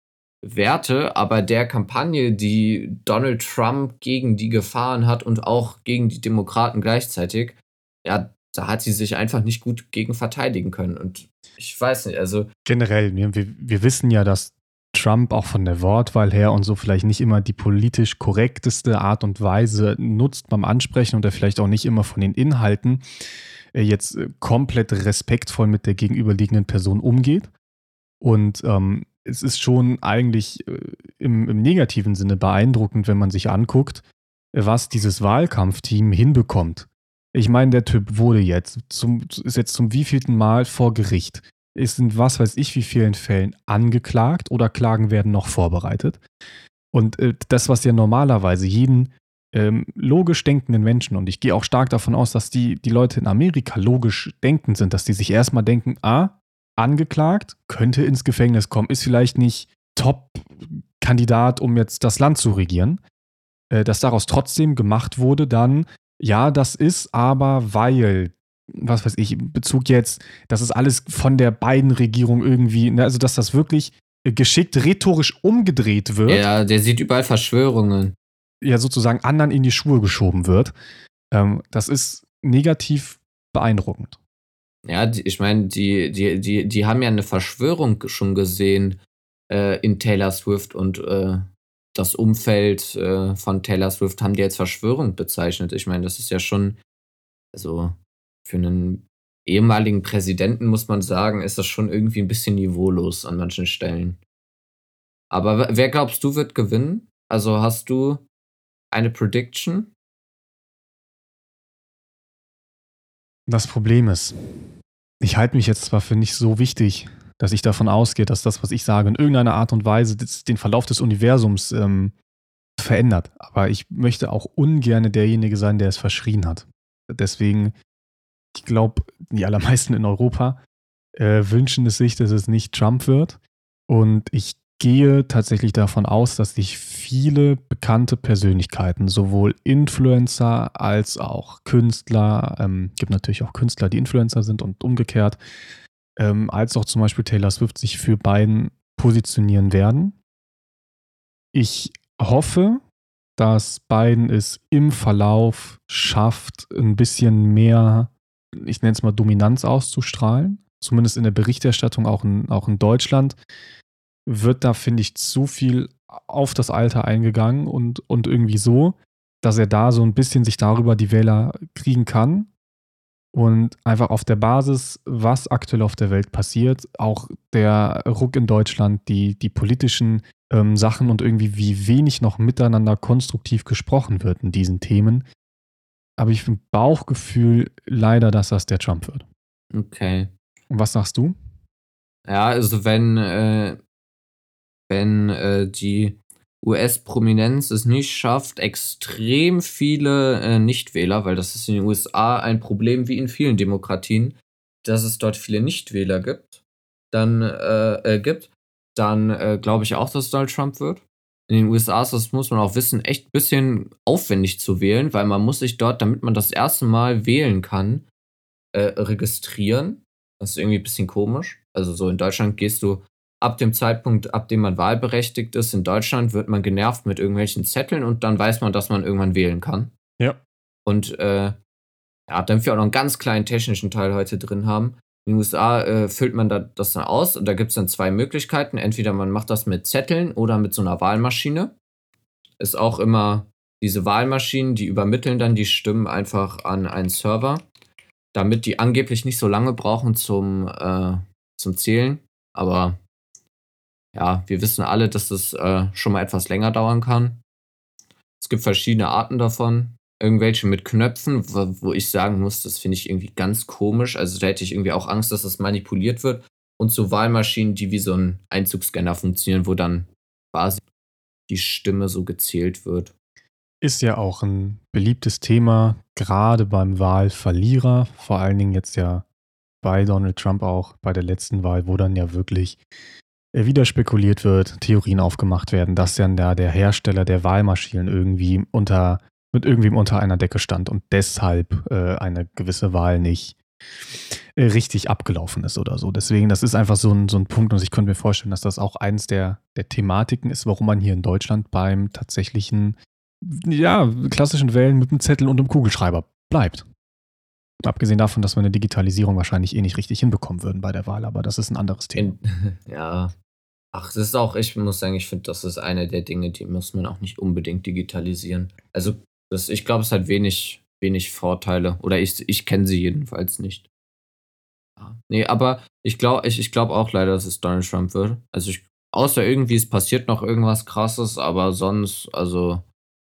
Werte, aber der Kampagne, die Donald Trump gegen die gefahren hat und auch gegen die Demokraten gleichzeitig, ja, da hat sie sich einfach nicht gut gegen verteidigen können. Und ich weiß nicht, also generell, wir, wir wissen ja, dass Trump auch von der Wortwahl her und so vielleicht nicht immer die politisch korrekteste Art und Weise nutzt beim Ansprechen und er vielleicht auch nicht immer von den Inhalten jetzt komplett respektvoll mit der gegenüberliegenden Person umgeht. Und ähm, es ist schon eigentlich äh, im, im negativen Sinne beeindruckend, wenn man sich anguckt, was dieses Wahlkampfteam hinbekommt. Ich meine, der Typ wurde jetzt, zum, ist jetzt zum wievielten Mal vor Gericht. Ist in was weiß ich wie vielen Fällen angeklagt oder Klagen werden noch vorbereitet. Und äh, das, was ja normalerweise jeden ähm, logisch denkenden Menschen, und ich gehe auch stark davon aus, dass die, die Leute in Amerika logisch denkend sind, dass die sich erstmal denken, ah, angeklagt, könnte ins Gefängnis kommen, ist vielleicht nicht Top-Kandidat, um jetzt das Land zu regieren, äh, dass daraus trotzdem gemacht wurde, dann, ja, das ist aber, weil, was weiß ich, Bezug jetzt, das ist alles von der Biden-Regierung irgendwie, ne, also dass das wirklich geschickt rhetorisch umgedreht wird. Ja, der sieht überall Verschwörungen. Ja, sozusagen anderen in die Schuhe geschoben wird. Ähm, das ist negativ beeindruckend. Ja, die, ich meine, die, die, die, die haben ja eine Verschwörung schon gesehen äh, in Taylor Swift und äh, das Umfeld äh, von Taylor Swift haben die als Verschwörung bezeichnet. Ich meine, das ist ja schon, also für einen ehemaligen Präsidenten muss man sagen, ist das schon irgendwie ein bisschen niveaulos an manchen Stellen. Aber wer glaubst du wird gewinnen? Also hast du eine Prediction? Das Problem ist, ich halte mich jetzt zwar für nicht so wichtig, dass ich davon ausgehe, dass das, was ich sage, in irgendeiner Art und Weise den Verlauf des Universums ähm, verändert. Aber ich möchte auch ungern derjenige sein, der es verschrien hat. Deswegen ich glaube, die allermeisten in Europa äh, wünschen es sich, dass es nicht Trump wird. Und ich gehe tatsächlich davon aus, dass sich viele bekannte Persönlichkeiten, sowohl Influencer als auch Künstler, ähm, gibt natürlich auch Künstler, die Influencer sind und umgekehrt, ähm, als auch zum Beispiel Taylor Swift sich für Biden positionieren werden. Ich hoffe, dass Biden es im Verlauf schafft, ein bisschen mehr, ich nenne es mal Dominanz auszustrahlen. Zumindest in der Berichterstattung, auch in, auch in Deutschland, wird da, finde ich, zu viel auf das Alter eingegangen und, und irgendwie so, dass er da so ein bisschen sich darüber die Wähler kriegen kann und einfach auf der Basis, was aktuell auf der Welt passiert, auch der Ruck in Deutschland, die, die politischen ähm, Sachen und irgendwie wie wenig noch miteinander konstruktiv gesprochen wird in diesen Themen, habe ich ein Bauchgefühl leider, dass das der Trump wird. Okay. Und was sagst du? Ja, also wenn, äh, wenn äh, die U S-Prominenz es nicht schafft, extrem viele äh, Nichtwähler, weil das ist in den U S A ein Problem wie in vielen Demokratien, dass es dort viele Nichtwähler gibt, dann äh, äh, gibt, dann äh, glaube ich auch, dass Donald Trump wird. In den U S A ist das, muss man auch wissen, echt ein bisschen aufwendig zu wählen, weil man muss sich dort, damit man das erste Mal wählen kann, äh, registrieren. Das ist irgendwie ein bisschen komisch. Also so in Deutschland gehst du ab dem Zeitpunkt, ab dem man wahlberechtigt ist, in Deutschland wird man genervt mit irgendwelchen Zetteln und dann weiß man, dass man irgendwann wählen kann. Ja. Und äh, ja, damit wir auch noch einen ganz kleinen technischen Teil heute drin haben. In den U S A äh, füllt man da, das dann aus und da gibt es dann zwei Möglichkeiten. Entweder man macht das mit Zetteln oder mit so einer Wahlmaschine. Ist auch immer diese Wahlmaschinen, die übermitteln dann die Stimmen einfach an einen Server, damit die angeblich nicht so lange brauchen zum, äh, zum Zählen. Aber ja, wir wissen alle, dass das äh, schon mal etwas länger dauern kann. Es gibt verschiedene Arten davon. Irgendwelche mit Knöpfen, wo, wo ich sagen muss, das finde ich irgendwie ganz komisch. Also da hätte ich irgendwie auch Angst, dass das manipuliert wird. Und so Wahlmaschinen, die wie so ein Einzugsscanner funktionieren, wo dann quasi die Stimme so gezählt wird. Ist ja auch ein beliebtes Thema, gerade beim Wahlverlierer, vor allen Dingen jetzt ja bei Donald Trump auch, bei der letzten Wahl, wo dann ja wirklich äh, wieder spekuliert wird, Theorien aufgemacht werden, dass dann da der Hersteller der Wahlmaschinen irgendwie unter, mit irgendwem unter einer Decke stand und deshalb äh, eine gewisse Wahl nicht äh, richtig abgelaufen ist oder so. Deswegen, das ist einfach so ein, so ein Punkt und ich könnte mir vorstellen, dass das auch eins der, der Thematiken ist, warum man hier in Deutschland beim tatsächlichen, ja, klassischen Wählen mit einem Zettel und einem Kugelschreiber bleibt. Abgesehen davon, dass wir eine Digitalisierung wahrscheinlich eh nicht richtig hinbekommen würden bei der Wahl, aber das ist ein anderes Thema. In, ja. Ach, das ist auch, ich muss sagen, ich finde, das ist eine der Dinge, die muss man auch nicht unbedingt digitalisieren. Also, das, ich glaube, es hat wenig, wenig Vorteile. Oder ich, ich kenne sie jedenfalls nicht. Ja. Nee, aber ich glaube ich, ich glaub auch leider, dass es Donald Trump wird. Also, ich, außer irgendwie, es passiert noch irgendwas Krasses, aber sonst, also,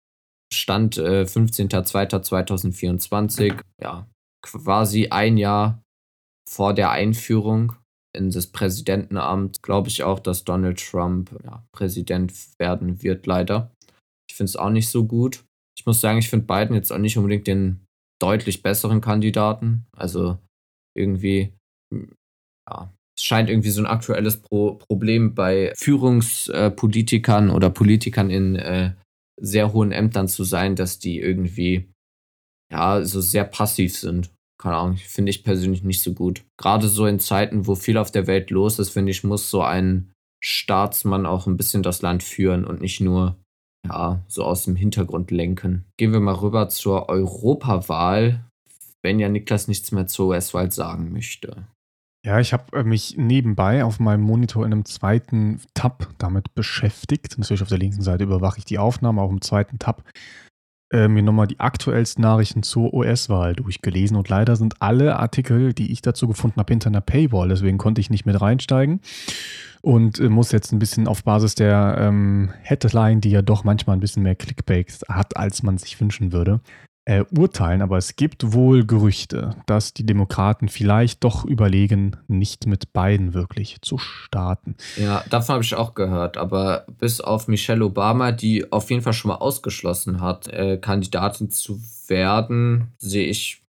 Stand äh, fünfzehnter zweiter zweitausendvierundzwanzig, ja, quasi ein Jahr vor der Einführung in das Präsidentenamt, glaube ich auch, dass Donald Trump ja, Präsident werden wird, leider. Ich finde es auch nicht so gut. Ich muss sagen, ich finde Biden jetzt auch nicht unbedingt den deutlich besseren Kandidaten. Also irgendwie, hm, ja, es scheint irgendwie so ein aktuelles Pro Problem bei Führungspolitikern oder Politikern in äh, sehr hohen Ämtern zu sein, dass die irgendwie ja so sehr passiv sind. Keine Ahnung, finde ich persönlich nicht so gut. Gerade so in Zeiten, wo viel auf der Welt los ist, finde ich, muss so ein Staatsmann auch ein bisschen das Land führen und nicht nur ja, so aus dem Hintergrund lenken. Gehen wir mal rüber zur Europawahl, wenn ja Niklas nichts mehr zur U S-Wahl sagen möchte. Ja, ich habe äh, mich nebenbei auf meinem Monitor in einem zweiten Tab damit beschäftigt. Natürlich auf der linken Seite überwache ich die Aufnahme, auch im zweiten Tab äh, mir nochmal die aktuellsten Nachrichten zur U S-Wahl durchgelesen und leider sind alle Artikel, die ich dazu gefunden habe, hinter einer Paywall, deswegen konnte ich nicht mit reinsteigen und äh, muss jetzt ein bisschen auf Basis der ähm, Headline, die ja doch manchmal ein bisschen mehr Clickbait hat, als man sich wünschen würde, äh, urteilen, aber es gibt wohl Gerüchte, dass die Demokraten vielleicht doch überlegen, nicht mit Biden wirklich zu starten. Ja, davon habe ich auch gehört, aber bis auf Michelle Obama, die auf jeden Fall schon mal ausgeschlossen hat, äh, Kandidatin zu werden, sehe ich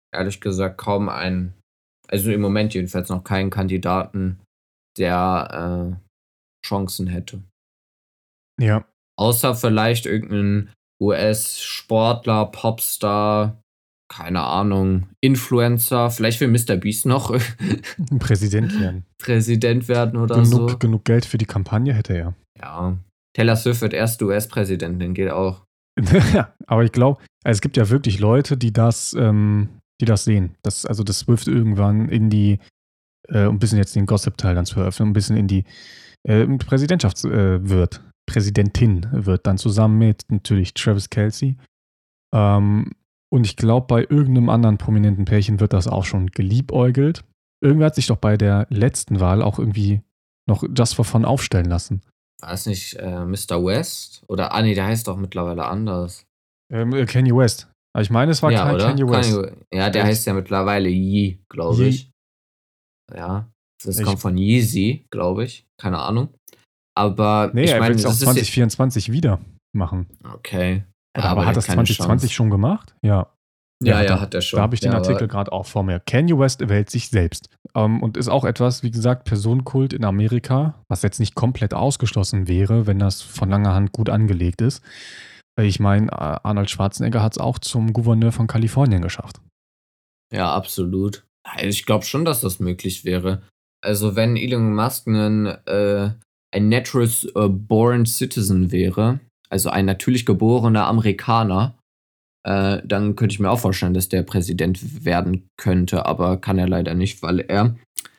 ehrlich gesagt kaum einen, also im Moment jedenfalls noch keinen Kandidaten, der äh, Chancen hätte. Ja. Außer vielleicht irgendein U S-Sportler, Popstar, keine Ahnung, Influencer. Vielleicht will Mister Beast noch Präsident werden. Präsident werden oder Genug, so. genug Geld für die Kampagne hätte er. Ja. Taylor Swift wird erste U S-Präsidentin, geht auch. Ja, aber ich glaube, es gibt ja wirklich Leute, die das, ähm, die das sehen. Das, also das Swift irgendwann in die, äh, um ein bisschen jetzt den Gossip-Teil dann zu eröffnen, ein bisschen in die äh, Präsidentschaft äh, wird. Präsidentin wird dann zusammen mit natürlich Travis Kelce. Ähm, und ich glaube, bei irgendeinem anderen prominenten Pärchen wird das auch schon geliebäugelt. Irgendwer hat sich doch bei der letzten Wahl auch irgendwie noch Just for Fun aufstellen lassen. War es nicht äh, Mister West? Oder, ah nee, der heißt doch mittlerweile anders. Ähm, äh, Kanye West. Aber ich meine, es war Ja, kein oder? Kanye West. Kanye, ja, der Äh, heißt ja mittlerweile Yee, glaube Ye- ich. Ja, das Ich, kommt von Yeezy, glaube ich. Keine Ahnung. Aber nee, ich er will meine, es auch das ist zwanzig vierundzwanzig wieder machen. ja, okay. Ja, Oder aber aber der hat hat das keine zwanzig zwanzig Chance. schon gemacht? Ja. Ja, Ja, hat ja, er. hat er Da schon. habe ich den Ja, Artikel aber gerade auch vor mir. Kanye West wählt sich selbst. Ähm, und ist auch etwas, wie gesagt, Personenkult in Amerika, was jetzt nicht komplett ausgeschlossen wäre, wenn das von langer Hand gut angelegt ist. Äh, Ich meine, äh, Arnold Schwarzenegger hat es auch zum Gouverneur von Kalifornien geschafft. ja, absolut. Also ich glaube schon, dass das möglich wäre. Also wenn Elon Musk ein, äh, ein natural äh, born citizen wäre, also ein natürlich geborener Amerikaner, äh, dann könnte ich mir auch vorstellen, dass der Präsident werden könnte, aber kann er leider nicht, weil er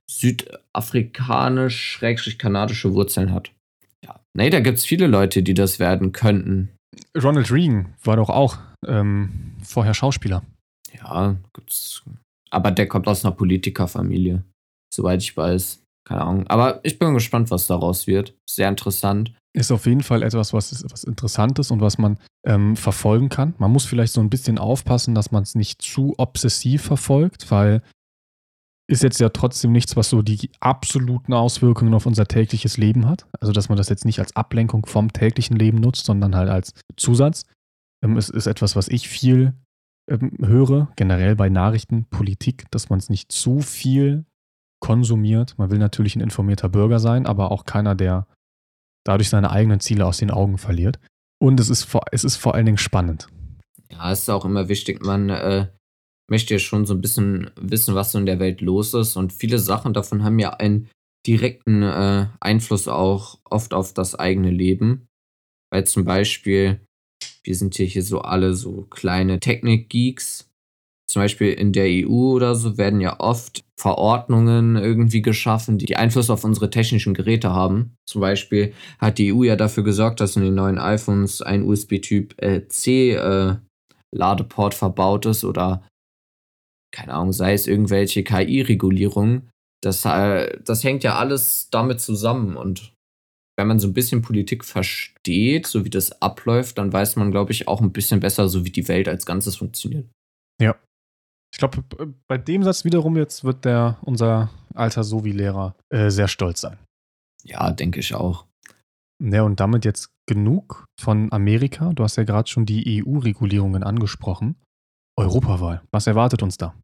südafrikanisch-kanadische Wurzeln hat. Ja. Nee, da gibt es viele Leute, die das werden könnten. Ronald Reagan war doch auch ähm, vorher Schauspieler. Ja, gibt's. Aber der kommt aus einer Politikerfamilie, soweit ich weiß. Keine Ahnung. Aber ich bin gespannt, was daraus wird. Sehr interessant. Ist auf jeden Fall etwas, was, was Interessantes und was man ähm, verfolgen kann. Man muss vielleicht so ein bisschen aufpassen, dass man es nicht zu obsessiv verfolgt, weil ist jetzt ja trotzdem nichts, was so die absoluten Auswirkungen auf unser tägliches Leben hat. Also, dass man das jetzt nicht als Ablenkung vom täglichen Leben nutzt, sondern halt als Zusatz. Ähm, es ist etwas, was ich viel ähm, höre, generell bei Nachrichten, Politik, dass man es nicht zu viel konsumiert. Man will natürlich ein informierter Bürger sein, aber auch keiner, der dadurch seine eigenen Ziele aus den Augen verliert. Und es ist vor, es ist vor allen Dingen spannend. Ja, es ist auch immer wichtig, man äh, möchte ja schon so ein bisschen wissen, was so in der Welt los ist. Und viele Sachen davon haben ja einen direkten äh, Einfluss auch oft auf das eigene Leben. Weil zum Beispiel, wir sind hier, hier so alle so kleine Technik-Geeks. Zum Beispiel in der E U oder so werden ja oft Verordnungen irgendwie geschaffen, die Einfluss auf unsere technischen Geräte haben. Zum Beispiel hat die E U ja dafür gesorgt, dass in den neuen iPhones ein U S B-Typ äh, C äh, Ladeport verbaut ist oder keine Ahnung, sei es irgendwelche K I-Regulierungen. Das, äh, das hängt ja alles damit zusammen und wenn man so ein bisschen Politik versteht, so wie das abläuft, dann weiß man, glaube ich, auch ein bisschen besser, so wie die Welt als Ganzes funktioniert. Ja. Ich glaube, bei dem Satz wiederum jetzt wird der, unser alter Sovi-Lehrer äh, sehr stolz sein. Ja, denke ich auch. Ja, und damit jetzt genug von Amerika. Du hast ja gerade schon die E U-Regulierungen angesprochen. Europawahl. Was erwartet uns da?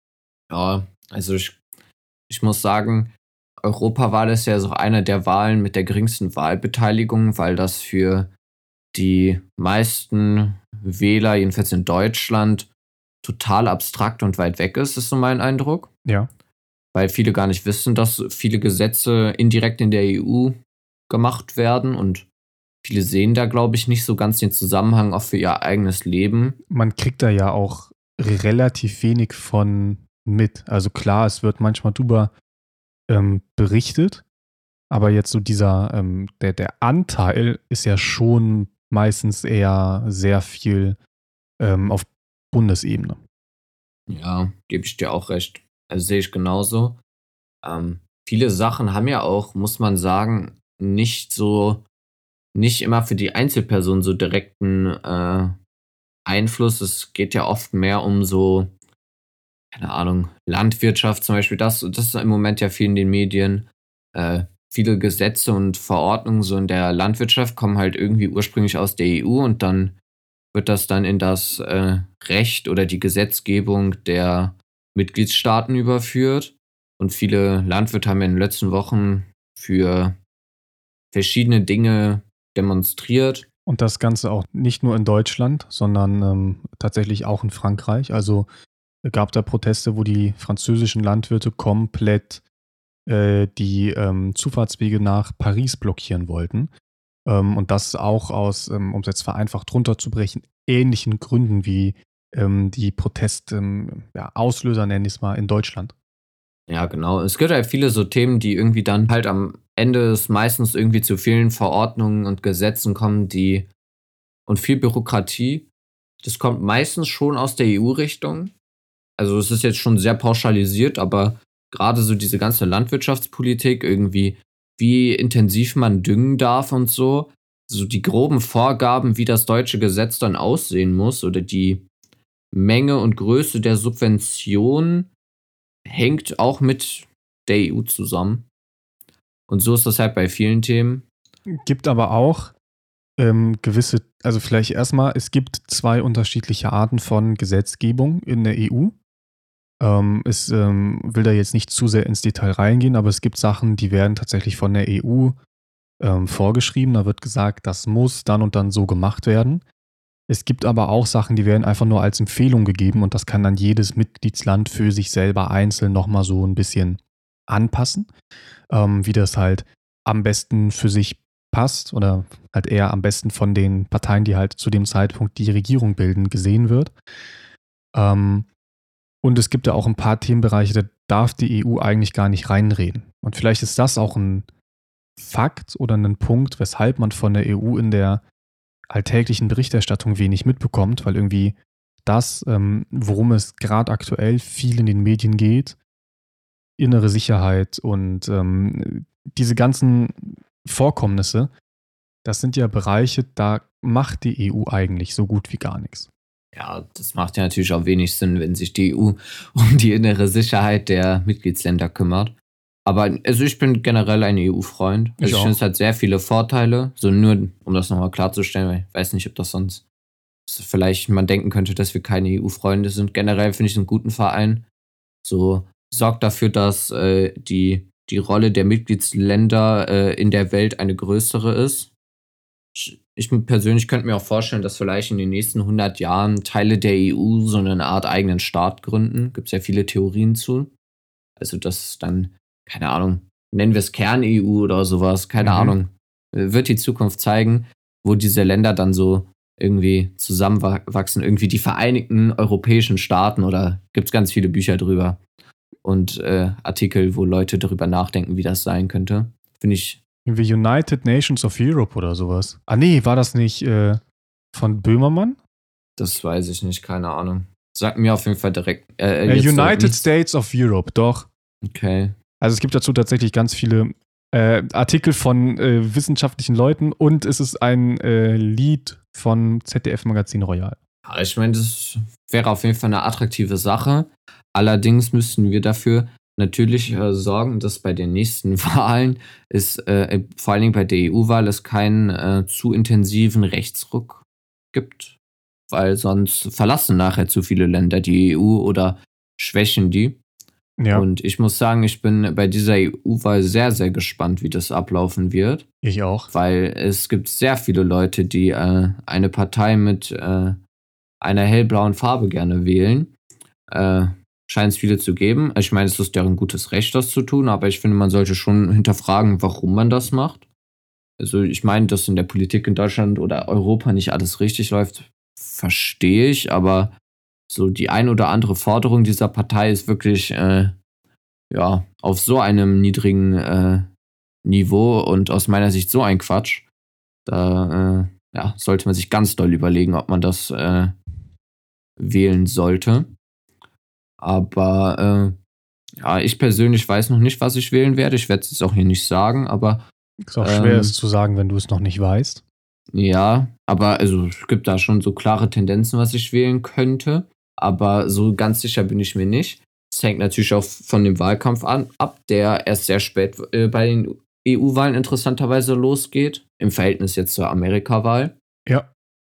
Ja, also ich, ich muss sagen, Europawahl ist ja so eine der Wahlen mit der geringsten Wahlbeteiligung, weil das für die meisten Wähler, jedenfalls in Deutschland, total abstrakt und weit weg ist, ist so mein Eindruck. Ja. Weil viele gar nicht wissen, dass viele Gesetze indirekt in der E U gemacht werden und viele sehen da, glaube ich, nicht so ganz den Zusammenhang auch für ihr eigenes Leben. Man kriegt da ja auch relativ wenig von mit. Also klar, es wird manchmal drüber ähm, berichtet, aber jetzt so dieser, ähm, der, der Anteil ist ja schon meistens eher sehr viel ähm, auf Bundesebene. Ja, gebe ich dir auch recht. Also sehe ich genauso. Ähm, viele Sachen haben ja auch, muss man sagen, nicht so, nicht immer für die Einzelperson so direkten äh, Einfluss. Es geht ja oft mehr um so, keine Ahnung, Landwirtschaft zum Beispiel. Das, das ist im Moment ja viel in den Medien. Äh, viele Gesetze und Verordnungen so in der Landwirtschaft kommen halt irgendwie ursprünglich aus der E U und dann wird das dann in das äh, Recht oder die Gesetzgebung der Mitgliedstaaten überführt. Und viele Landwirte haben in den letzten Wochen für verschiedene Dinge demonstriert. Und das Ganze auch nicht nur in Deutschland, sondern ähm, tatsächlich auch in Frankreich. Also gab da Proteste, wo die französischen Landwirte komplett äh, die ähm, Zufahrtswege nach Paris blockieren wollten. Ähm, und das auch aus, ähm, um es jetzt vereinfacht runterzubrechen, ähnlichen Gründen wie ähm, die Protest-Auslöser, ähm, ja, Auslöser, nenne ich es mal, in Deutschland. Ja, genau. Es gibt halt viele so Themen, die irgendwie dann halt am Ende es meistens irgendwie zu vielen Verordnungen und Gesetzen kommen, die und viel Bürokratie. Das kommt meistens schon aus der E U-Richtung. Also es ist jetzt schon sehr pauschalisiert, aber gerade so diese ganze Landwirtschaftspolitik, irgendwie, wie intensiv man düngen darf und so, so die groben Vorgaben, wie das deutsche Gesetz dann aussehen muss oder die Menge und Größe der Subvention hängt auch mit der E U zusammen. Und so ist das halt bei vielen Themen. Gibt aber auch ähm, gewisse, also vielleicht erstmal, es gibt zwei unterschiedliche Arten von Gesetzgebung in der E U. Ähm, es ähm, will da jetzt nicht zu sehr ins Detail reingehen, aber es gibt Sachen, die werden tatsächlich von der E U ähm, vorgeschrieben. Da wird gesagt, das muss dann und dann so gemacht werden. Es gibt aber auch Sachen, die werden einfach nur als Empfehlung gegeben und das kann dann jedes Mitgliedsland für sich selber einzeln nochmal so ein bisschen anpassen, ähm, wie das halt am besten für sich passt oder halt eher am besten von den Parteien, die halt zu dem Zeitpunkt die Regierung bilden, gesehen wird. Ähm, und es gibt ja auch ein paar Themenbereiche, da darf die E U eigentlich gar nicht reinreden. Und vielleicht ist das auch ein Fakt oder ein Punkt, weshalb man von der E U in der alltäglichen Berichterstattung wenig mitbekommt, weil irgendwie das, ähm, worum es gerade aktuell viel in den Medien geht, innere Sicherheit und ähm, diese ganzen Vorkommnisse, das sind ja Bereiche, da macht die E U eigentlich so gut wie gar nichts. Ja, das macht ja natürlich auch wenig Sinn, wenn sich die E U um die innere Sicherheit der Mitgliedsländer kümmert. Aber also ich bin generell ein E U-Freund. Also Ich ich finde, auch. es hat sehr viele Vorteile. So nur, um das nochmal klarzustellen, weil ich weiß nicht, ob das sonst vielleicht man denken könnte, dass wir keine E U-Freunde sind. Generell finde ich es einen guten Verein. So sorgt dafür, dass äh, die, die Rolle der Mitgliedsländer äh, in der Welt eine größere ist. Ich, ich persönlich könnte mir auch vorstellen, dass vielleicht in den nächsten hundert Jahren Teile der E U so eine Art eigenen Staat gründen. Gibt es ja viele Theorien zu. Also, dass dann, keine Ahnung, nennen wir es Kern-E U oder sowas, keine Mhm. Ahnung. Äh, Wird die Zukunft zeigen, wo diese Länder dann so irgendwie zusammenwachsen, irgendwie die Vereinigten Europäischen Staaten oder gibt es ganz viele Bücher drüber und äh, Artikel, wo Leute darüber nachdenken, wie das sein könnte. Finde ich, Irgendwie United Nations of Europe oder sowas. Ah nee, war das nicht äh, von Böhmermann? das weiß ich nicht, keine Ahnung. Sagt mir auf jeden Fall direkt. Äh, Äh, jetzt direkt United nichts. States of Europe, doch. Okay. Also es gibt dazu tatsächlich ganz viele äh, Artikel von äh, wissenschaftlichen Leuten und es ist ein äh, Lied von Z D F-Magazin Royal. Ja, ich meine, das wäre auf jeden Fall eine attraktive Sache. Allerdings müssten wir dafür natürlich äh, sorgen, dass bei den nächsten Wahlen es, äh, vor allen Dingen bei der E U-Wahl, es keinen äh, zu intensiven Rechtsruck gibt, weil sonst verlassen nachher zu viele Länder die E U oder schwächen die. Ja, Und ich muss sagen, ich bin bei dieser E U-Wahl sehr, sehr gespannt, wie das ablaufen wird, ich auch. weil es gibt sehr viele Leute, die äh, eine Partei mit äh, einer hellblauen Farbe gerne wählen. Äh, Scheint es viele zu geben. Ich meine, es ist deren gutes Recht, das zu tun, aber ich finde, man sollte schon hinterfragen, warum man das macht. Also ich meine, dass in der Politik in Deutschland oder Europa nicht alles richtig läuft, verstehe ich, aber so die ein oder andere Forderung dieser Partei ist wirklich äh, ja, auf so einem niedrigen äh, Niveau und aus meiner Sicht so ein Quatsch. Da äh, ja, sollte man sich ganz doll überlegen, ob man das äh, wählen sollte. Aber äh, ja, ich persönlich weiß noch nicht, was ich wählen werde. Ich werde es jetzt auch hier nicht sagen, aber Ist auch schwer, ähm, es zu sagen, wenn du es noch nicht weißt. ja, aber also es gibt da schon so klare Tendenzen, was ich wählen könnte. Aber so ganz sicher bin ich mir nicht. Es hängt natürlich auch von dem Wahlkampf an, ab, der erst sehr spät äh, bei den E U-Wahlen interessanterweise losgeht. Im Verhältnis jetzt zur Amerika-Wahl. Ja.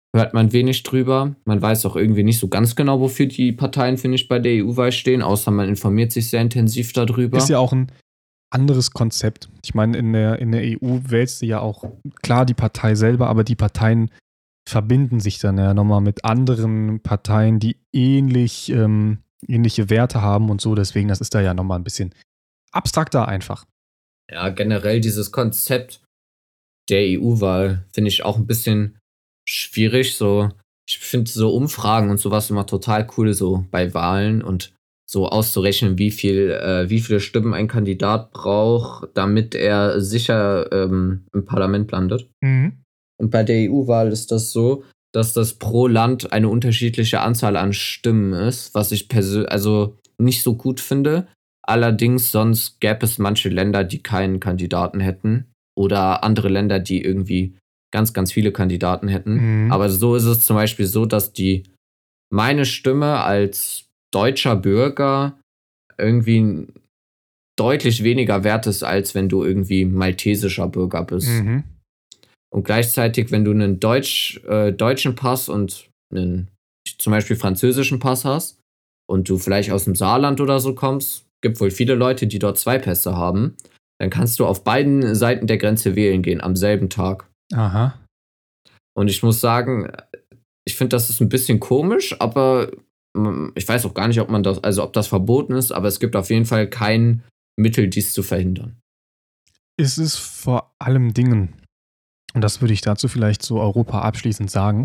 hört man wenig drüber. Man weiß auch irgendwie nicht so ganz genau, wofür die Parteien, finde ich, bei der E U-Wahl stehen, außer man informiert sich sehr intensiv Ist darüber. ja auch ein anderes Konzept. Ich meine, in der, in der E U wählst du ja auch klar die Partei selber, aber die Parteien verbinden sich dann ja nochmal mit anderen Parteien, die ähnlich, ähm, ähnliche Werte haben und so. Deswegen, das ist da ja nochmal ein bisschen abstrakter einfach. Ja, generell dieses Konzept der E U-Wahl finde ich auch ein bisschen schwierig. So, ich finde so Umfragen und sowas immer total cool, so bei Wahlen und so auszurechnen, wie viel, äh, wie viele Stimmen ein Kandidat braucht, damit er sicher ähm, im Parlament landet. Mhm. Und bei der E U-Wahl ist das so, dass das pro Land eine unterschiedliche Anzahl an Stimmen ist, was ich persönlich also nicht so gut finde. Allerdings sonst gäbe es manche Länder, die keinen Kandidaten hätten oder andere Länder, die irgendwie ganz, ganz viele Kandidaten hätten. Mhm. Aber so ist es zum Beispiel so, dass die meine Stimme als deutscher Bürger irgendwie deutlich weniger wert ist, als wenn du irgendwie maltesischer Bürger bist. Mhm. Und gleichzeitig, wenn du einen Deutsch, äh, deutschen Pass und einen zum Beispiel französischen Pass hast und du vielleicht aus dem Saarland oder so kommst, gibt wohl viele Leute, die dort zwei Pässe haben, dann kannst du auf beiden Seiten der Grenze wählen gehen am selben Tag. Aha. Und ich muss sagen, ich finde, das ist ein bisschen komisch, aber mm, ich weiß auch gar nicht, ob man das, also ob das verboten ist, aber es gibt auf jeden Fall kein Mittel, dies zu verhindern. Es ist vor allem Dingen, und das würde ich dazu vielleicht so Europa abschließend sagen,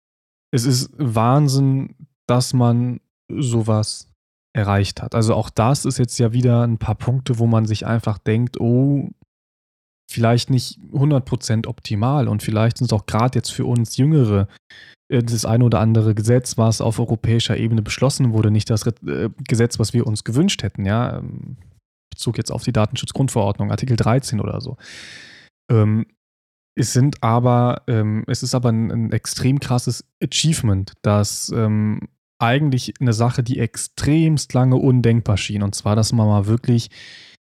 es ist Wahnsinn, dass man sowas erreicht hat. Also auch das ist jetzt ja wieder ein paar Punkte, wo man sich einfach denkt, oh, vielleicht nicht hundert Prozent optimal und vielleicht sind es auch gerade jetzt für uns Jüngere äh, das eine oder andere Gesetz, was auf europäischer Ebene beschlossen wurde, nicht das äh, Gesetz, was wir uns gewünscht hätten, ja. Ähm, Bezug jetzt auf die Datenschutzgrundverordnung, Artikel dreizehn oder so. Ähm, es sind aber, ähm, es ist aber ein, ein extrem krasses Achievement, dass ähm, eigentlich eine Sache, die extremst lange undenkbar schien, und zwar, dass man mal wirklich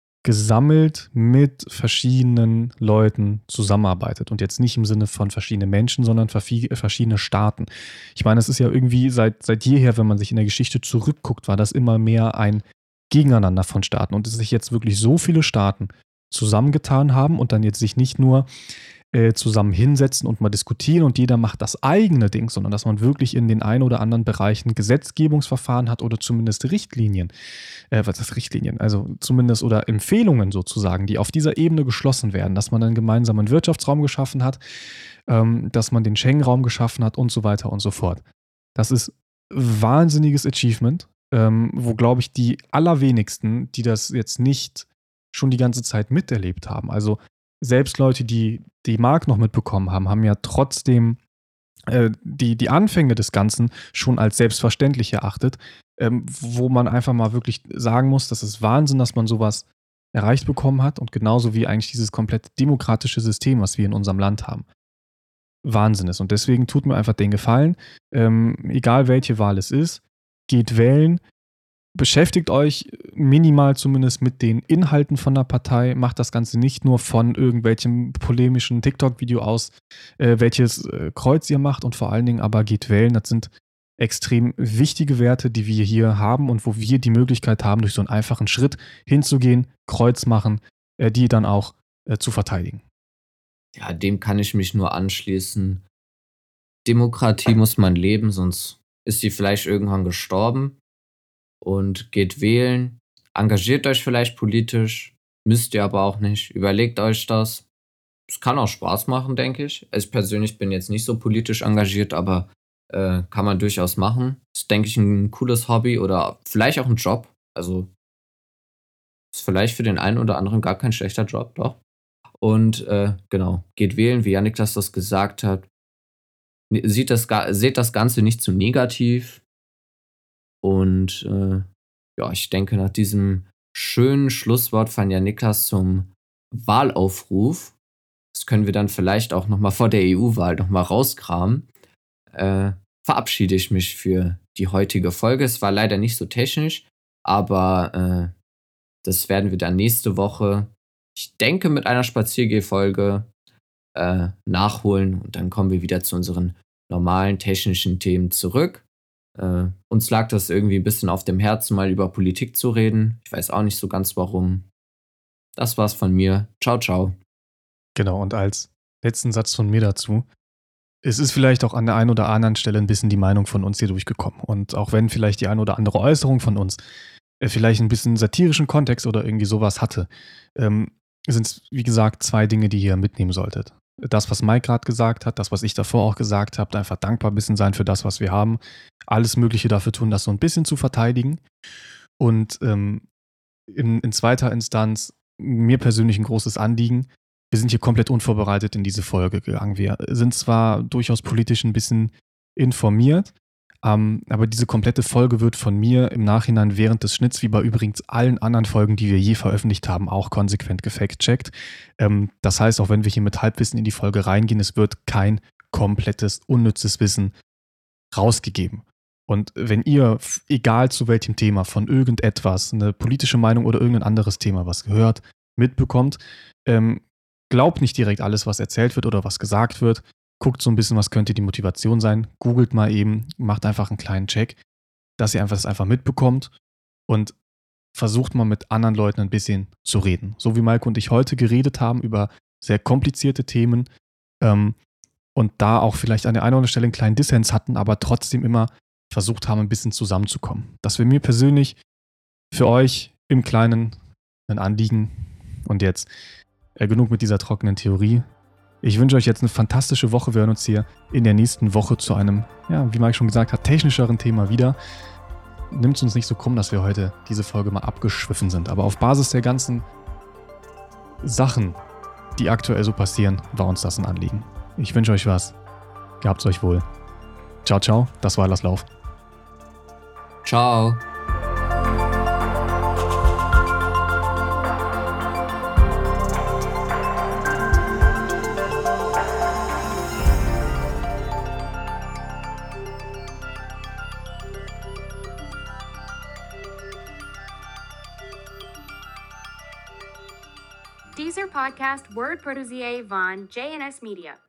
gesammelt mit verschiedenen Leuten zusammenarbeitet. Und jetzt nicht im Sinne von verschiedene Menschen, sondern verfi- verschiedene Staaten. Ich meine, es ist ja irgendwie seit, seit jeher, wenn man sich in der Geschichte zurückguckt, war das immer mehr ein Gegeneinander von Staaten. Und dass sich jetzt wirklich so viele Staaten zusammengetan haben und dann jetzt sich nicht nur äh, zusammen hinsetzen und mal diskutieren und jeder macht das eigene Ding, sondern dass man wirklich in den ein oder anderen Bereichen Gesetzgebungsverfahren hat oder zumindest Richtlinien, äh, was ist Richtlinien, also zumindest oder Empfehlungen sozusagen, die auf dieser Ebene geschlossen werden, dass man einen gemeinsamen Wirtschaftsraum geschaffen hat, ähm, dass man den Schengen-Raum geschaffen hat und so weiter und so fort. Das ist wahnsinniges Achievement, ähm, wo, glaube ich, die allerwenigsten, die das jetzt nicht schon die ganze Zeit miterlebt haben. Also selbst Leute, die die Mark noch mitbekommen haben, haben ja trotzdem äh, die, die Anfänge des Ganzen schon als selbstverständlich erachtet, ähm, wo man einfach mal wirklich sagen muss, das ist Wahnsinn, dass man sowas erreicht bekommen hat und genauso wie eigentlich dieses komplette demokratische System, was wir in unserem Land haben. Wahnsinn ist. Und deswegen tut mir einfach den Gefallen, ähm, egal welche Wahl es ist, geht wählen, beschäftigt euch minimal zumindest mit den Inhalten von der Partei, macht das Ganze nicht nur von irgendwelchem polemischen TikTok-Video aus, äh, welches äh, Kreuz ihr macht und vor allen Dingen aber geht wählen. Das sind extrem wichtige Werte, die wir hier haben und wo wir die Möglichkeit haben, durch so einen einfachen Schritt hinzugehen, Kreuz machen, äh, die dann auch äh, zu verteidigen. Ja, dem kann ich mich nur anschließen. Demokratie muss man leben, sonst ist sie vielleicht irgendwann gestorben. Und geht wählen. Engagiert euch vielleicht politisch, müsst ihr aber auch nicht. Überlegt euch das. Es kann auch Spaß machen, denke ich. Ich persönlich bin jetzt nicht so politisch engagiert, aber äh, kann man durchaus machen. Ist, denke ich, ein cooles Hobby oder vielleicht auch ein Job. Also ist vielleicht für den einen oder anderen gar kein schlechter Job, doch. Und äh, genau, geht wählen, wie Yannick das, das gesagt hat. Sieht das, Ga- seht das Ganze nicht zu negativ. Und äh, ja, ich denke, nach diesem schönen Schlusswort von Niklas zum Wahlaufruf, das können wir dann vielleicht auch nochmal vor der E U-Wahl nochmal rauskramen, äh, verabschiede ich mich für die heutige Folge. Es war leider nicht so technisch, aber äh, das werden wir dann nächste Woche, ich denke, mit einer Spaziergehfolge äh, nachholen und dann kommen wir wieder zu unseren normalen technischen Themen zurück. Äh, uns lag das irgendwie ein bisschen auf dem Herzen, mal über Politik zu reden. Ich weiß auch nicht so ganz warum. Das war's von mir. Ciao, ciao. Genau, und als letzten Satz von mir dazu. Es ist vielleicht auch an der einen oder anderen Stelle ein bisschen die Meinung von uns hier durchgekommen. Und auch wenn vielleicht die eine oder andere Äußerung von uns äh, vielleicht ein bisschen satirischen Kontext oder irgendwie sowas hatte, ähm, sind es, wie gesagt, zwei Dinge, die ihr mitnehmen solltet. Das, was Mike gerade gesagt hat, das, was ich davor auch gesagt habe, einfach dankbar ein bisschen sein für das, was wir haben. Alles Mögliche dafür tun, das so ein bisschen zu verteidigen. Und ähm, in, in zweiter Instanz mir persönlich ein großes Anliegen. Wir sind hier komplett unvorbereitet in diese Folge gegangen. Wir sind zwar durchaus politisch ein bisschen informiert, ähm, aber diese komplette Folge wird von mir im Nachhinein während des Schnitts, wie bei übrigens allen anderen Folgen, die wir je veröffentlicht haben, auch konsequent gefact-checkt. Ähm, das heißt, auch wenn wir hier mit Halbwissen in die Folge reingehen, es wird kein komplettes, unnützes Wissen rausgegeben. Und wenn ihr, f- egal zu welchem Thema, von irgendetwas, eine politische Meinung oder irgendein anderes Thema, was gehört, mitbekommt, ähm, glaubt nicht direkt alles, was erzählt wird oder was gesagt wird. Guckt so ein bisschen, was könnte die Motivation sein. Googelt mal eben, macht einfach einen kleinen Check, dass ihr einfach das einfach mitbekommt und versucht mal mit anderen Leuten ein bisschen zu reden. So wie Maike und ich heute geredet haben über sehr komplizierte Themen ähm, und da auch vielleicht an der einen oder anderen Stelle einen kleinen Dissens hatten, aber trotzdem immer versucht haben, ein bisschen zusammenzukommen. Das wäre mir persönlich für euch im Kleinen ein Anliegen. Und jetzt äh, genug mit dieser trockenen Theorie. Ich wünsche euch jetzt eine fantastische Woche. Wir hören uns hier in der nächsten Woche zu einem, ja, wie Mike schon gesagt hat, technischeren Thema wieder. Nimmt es uns nicht so krumm, dass wir heute diese Folge mal abgeschwiffen sind. Aber auf Basis der ganzen Sachen, die aktuell so passieren, war uns das ein Anliegen. Ich wünsche euch was. Gehabt's euch wohl. Ciao, ciao. Das war Lass Lauf. Ciao. Deezer Podcast Word Produzier von J N S Media.